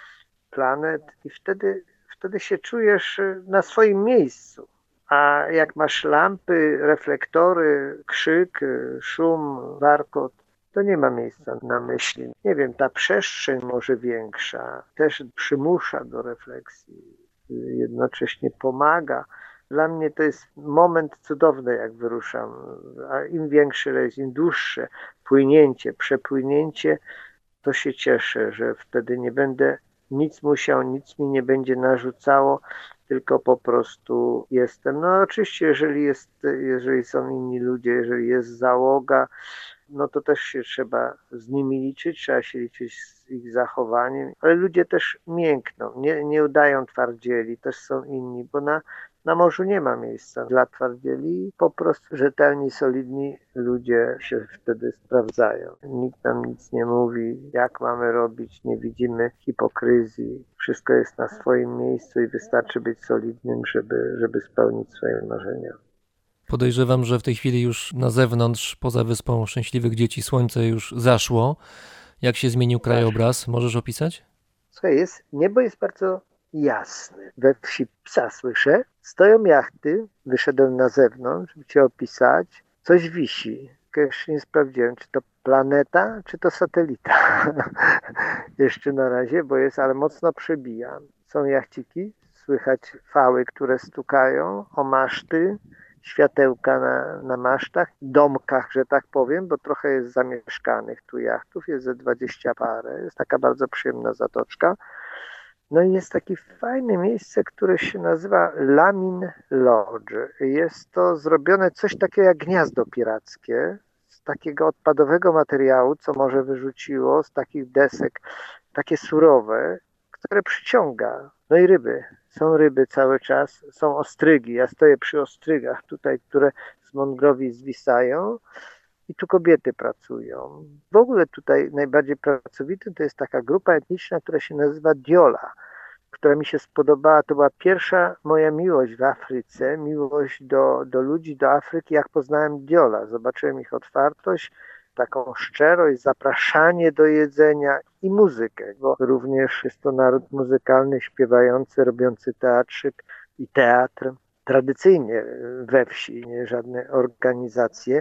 planet i wtedy się czujesz na swoim miejscu. A jak masz lampy, reflektory, krzyk, szum, warkot, to nie ma miejsca na myśli. Nie wiem, ta przestrzeń może większa też przymusza do refleksji, jednocześnie pomaga. Dla mnie to jest moment cudowny, jak wyruszam. A im większy rejs, im dłuższe płynięcie, przepłynięcie, to się cieszę, że wtedy nie będę nic musiał, nic mi nie będzie narzucało, tylko po prostu jestem. No oczywiście, jeżeli są inni ludzie, jeżeli jest załoga, no to też się trzeba z nimi liczyć, trzeba się liczyć z ich zachowaniem, ale ludzie też miękną, nie udają twardzieli, też są inni, bo na morzu nie ma miejsca dla twardzieli, po prostu rzetelni, solidni ludzie się wtedy sprawdzają. Nikt nam nic nie mówi, jak mamy robić, nie widzimy hipokryzji, wszystko jest na swoim miejscu i wystarczy być solidnym, żeby spełnić swoje marzenia. Podejrzewam, że w tej chwili już na zewnątrz, poza Wyspą Szczęśliwych Dzieci, słońce już zaszło. Jak się zmienił krajobraz? Możesz opisać? Słuchaj, niebo jest bardzo jasne. We wsi Psa słyszę. Stoją jachty. Wyszedłem na zewnątrz, żeby cię opisać. Coś wisi. Jeszcze nie sprawdziłem, czy to planeta, czy to satelita. Jeszcze na razie, bo jest, ale mocno przebija. Są jachciki, słychać fały, które stukają o maszty, światełka na masztach, domkach, że tak powiem, bo trochę jest zamieszkanych tu jachtów, jest ze 20 parę, jest taka bardzo przyjemna zatoczka. No i jest takie fajne miejsce, które się nazywa Lamin Lodge. Jest to zrobione coś takiego jak gniazdo pirackie, z takiego odpadowego materiału, co morze wyrzuciło, z takich desek, takie surowe, które przyciąga. No i ryby. Są ryby cały czas, są ostrygi. Ja stoję przy ostrygach tutaj, które z mangrowi zwisają i tu kobiety pracują. W ogóle tutaj najbardziej pracowity to jest taka grupa etniczna, która się nazywa Diola, która mi się spodobała. To była pierwsza moja miłość w Afryce, miłość do ludzi, do Afryki, jak poznałem Diola. Zobaczyłem ich otwartość, taką szczerość, zapraszanie do jedzenia i muzykę, bo również jest to naród muzykalny, śpiewający, robiący teatrzyk i teatr. Tradycyjnie we wsi, nie żadne organizacje.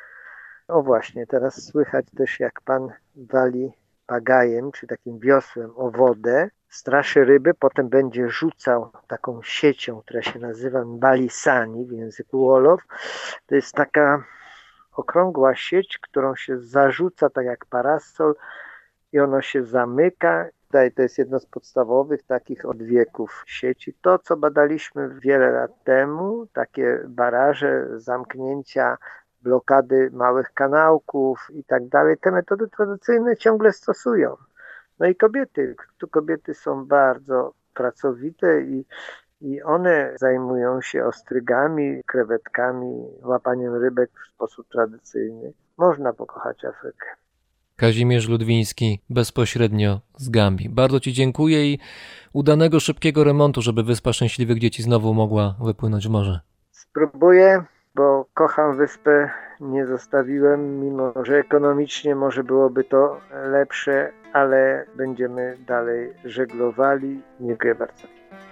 O właśnie, teraz słychać też, jak pan wali pagajem, czy takim wiosłem o wodę, straszy ryby, potem będzie rzucał taką siecią, która się nazywa mbalisani w języku Wolof. To jest taka okrągła sieć, którą się zarzuca tak jak parasol i ono się zamyka. Tutaj to jest jedno z podstawowych takich odwieków sieci. To, co badaliśmy wiele lat temu, takie baraże, zamknięcia, blokady małych kanałków i tak dalej, te metody tradycyjne ciągle stosują. No i kobiety są bardzo pracowite i one zajmują się ostrygami, krewetkami, łapaniem rybek w sposób tradycyjny. Można pokochać Afrykę. Kazimierz Ludwiński bezpośrednio z Gambii. Bardzo ci dziękuję i udanego, szybkiego remontu, żeby Wyspa Szczęśliwych Dzieci znowu mogła wypłynąć w morze. Spróbuję, bo kocham wyspę, nie zostawiłem, mimo że ekonomicznie może byłoby to lepsze, ale będziemy dalej żeglowali. Dziękuję bardzo.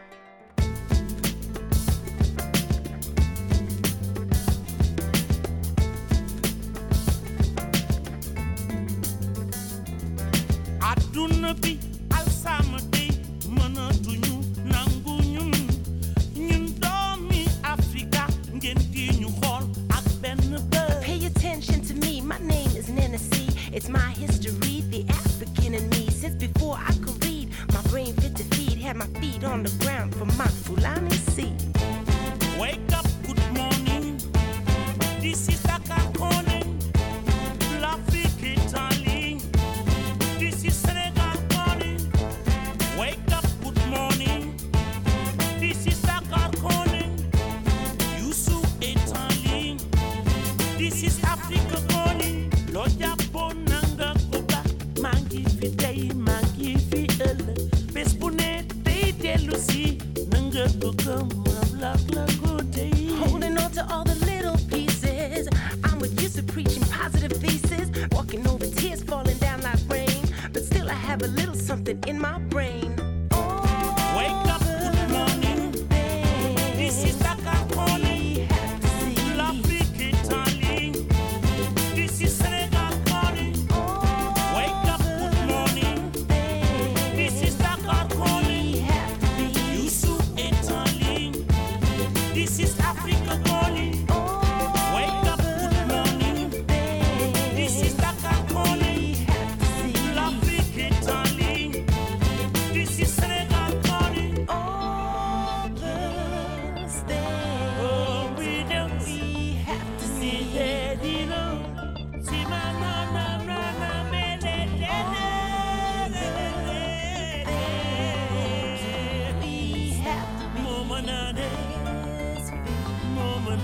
Aduna bi alsama day mënatuñu nangu ñun doomi Afrika ngeen di ñu xool ak benn bët. Pay attention to me, my name is Nana C. It's my history, the African in me. Since before I could read, my brain fit to feed. Had my feet on the ground for my Fulani seed. Wake up, good morning. This is Dakar calling. L'Afrique est en ligne. This is Senegal calling. Wake up, good morning. This is Dakar calling. Youssou est en ligne. This is Africa calling. Lo jàppoon na nga ko ba. Maa ngi fi tey, maa ngi fi ëllëg. Bés bu ne day dellu si. Na nga ko gëm, la ko tey. Holding on to all the little pieces. I'm with you, so preaching positive thesis. Walking over tears falling down like rain. But still I have a little something in my brain. Wake up, good morning. This is Dakar calling. L'Afrique est en ligne. This is Senegal calling. Wake up, good morning. This is Dakar calling. Youssou est en ligne. This is Africa calling. Wake up, good morning. This is Dakar calling. L'Afrique est en ligne. This is Senegal calling. Oh, we don't We have to see see. that, you know. See my We have to be. Mama,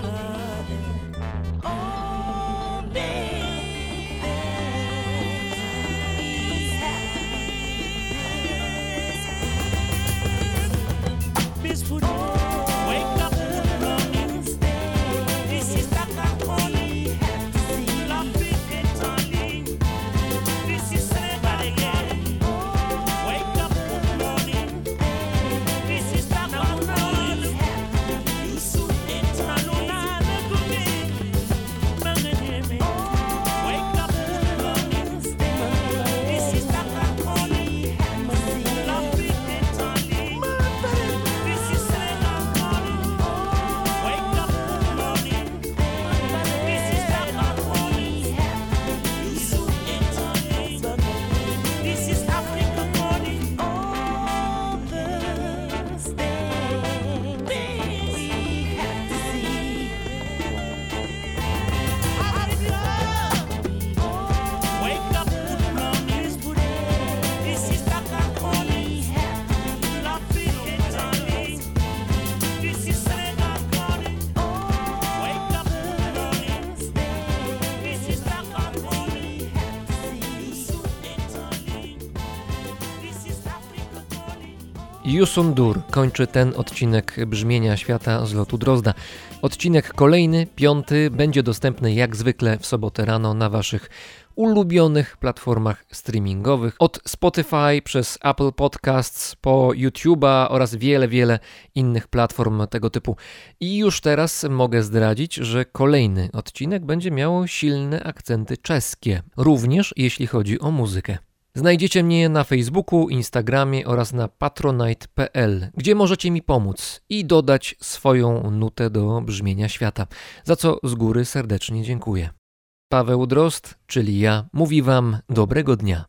Yusundur kończy ten odcinek Brzmienia Świata z lotu Drozda. Odcinek kolejny, 5, będzie dostępny jak zwykle w sobotę rano na waszych ulubionych platformach streamingowych. Od Spotify przez Apple Podcasts po YouTube'a oraz wiele innych platform tego typu. I już teraz mogę zdradzić, że kolejny odcinek będzie miał silne akcenty czeskie, również jeśli chodzi o muzykę. Znajdziecie mnie na Facebooku, Instagramie oraz na patronite.pl, gdzie możecie mi pomóc i dodać swoją nutę do Brzmienia Świata, za co z góry serdecznie dziękuję. Paweł Drozd, czyli ja, mówi wam dobrego dnia.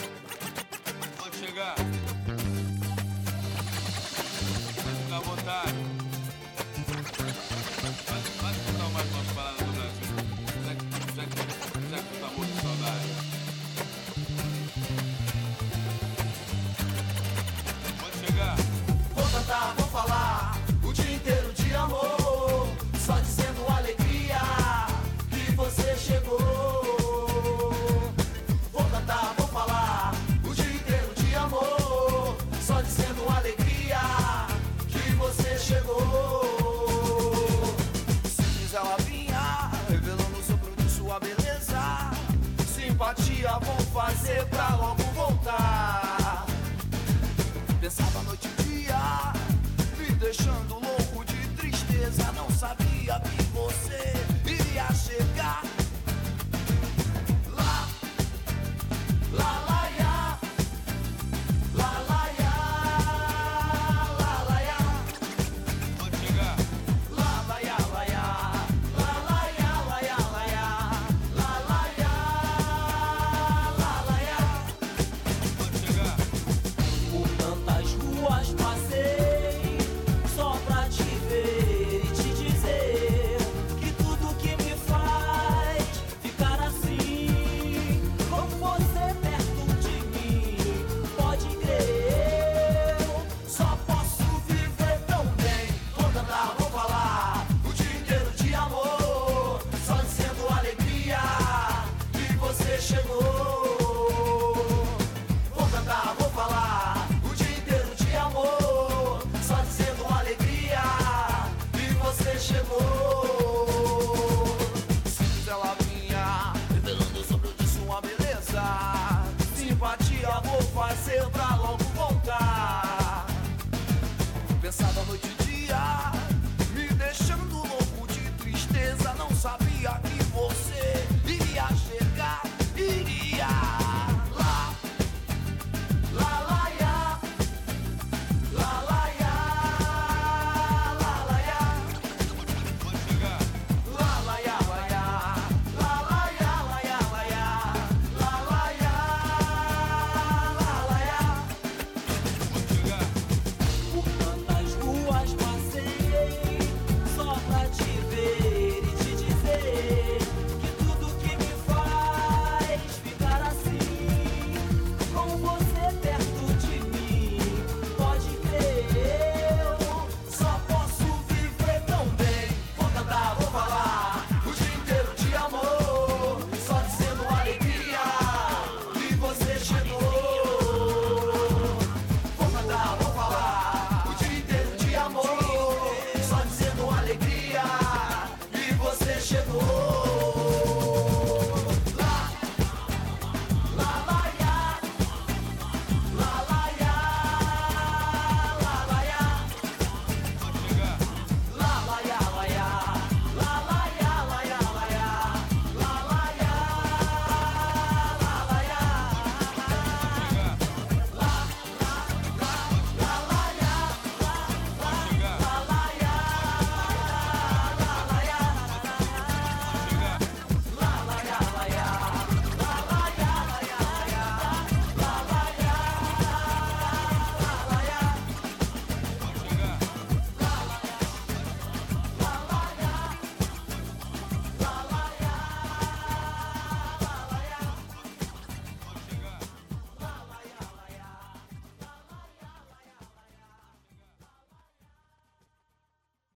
Vou cantar, vou falar o dia inteiro de amor, só dizendo alegria que você chegou. Vou cantar, vou falar o dia inteiro de amor, só dizendo alegria que você chegou. Simples ela vinha, revelando sobre sua beleza, simpatia vou fazer pra logo voltar. Pensava noite e dia, me deixando louco de tristeza. Não sabia que você iria chegar. Lá, lá, lá, ya. Lá, lá, ya. Lá, lá, ya. Pode chegar. Lá, lá, ya, lá, ya. Lá, lá, ya, lá, ya, lá, ya. Lá, lá, ya. Lá, lá, ya. Pode chegar. Por tantas ruas passei, só pra te ver e te dizer que tudo que me faz ficar assim, com você perto de mim, pode crer, eu só posso viver tão bem. Vou cantar, vou falar o dia inteiro de amor, só dizendo alegria que você chegou. Vou cantar, vou falar o dia inteiro de amor, só dizendo alegria que você chegou. Simples ela vinha, revelando sobre o de sua beleza, simpatia vou fazer pra logo voltar. Pensava noite e dia, me deixando louco de tristeza. Não sabia que você iria chegar, iria. Lá, lá, lá, ya. Lá, lá, ya. Lá, lá, ya. Pode chegar. Lá, lá, ya, lá, ya. Lá, lá, ya, lá, ya, lá, ya. Lá, lá, ya. Lá, lá, ya. Pode chegar. Por tantas ruas passei, só pra te ver e te dizer que tudo que me faz ficar assim, com você perto de mim, pode crer, eu só posso viver tão bem. Vou cantar, vou falar o dia inteiro de amor, só dizendo alegria que você chegou. Vou cantar, vou falar o dia inteiro de amor, só dizendo alegria que você chegou.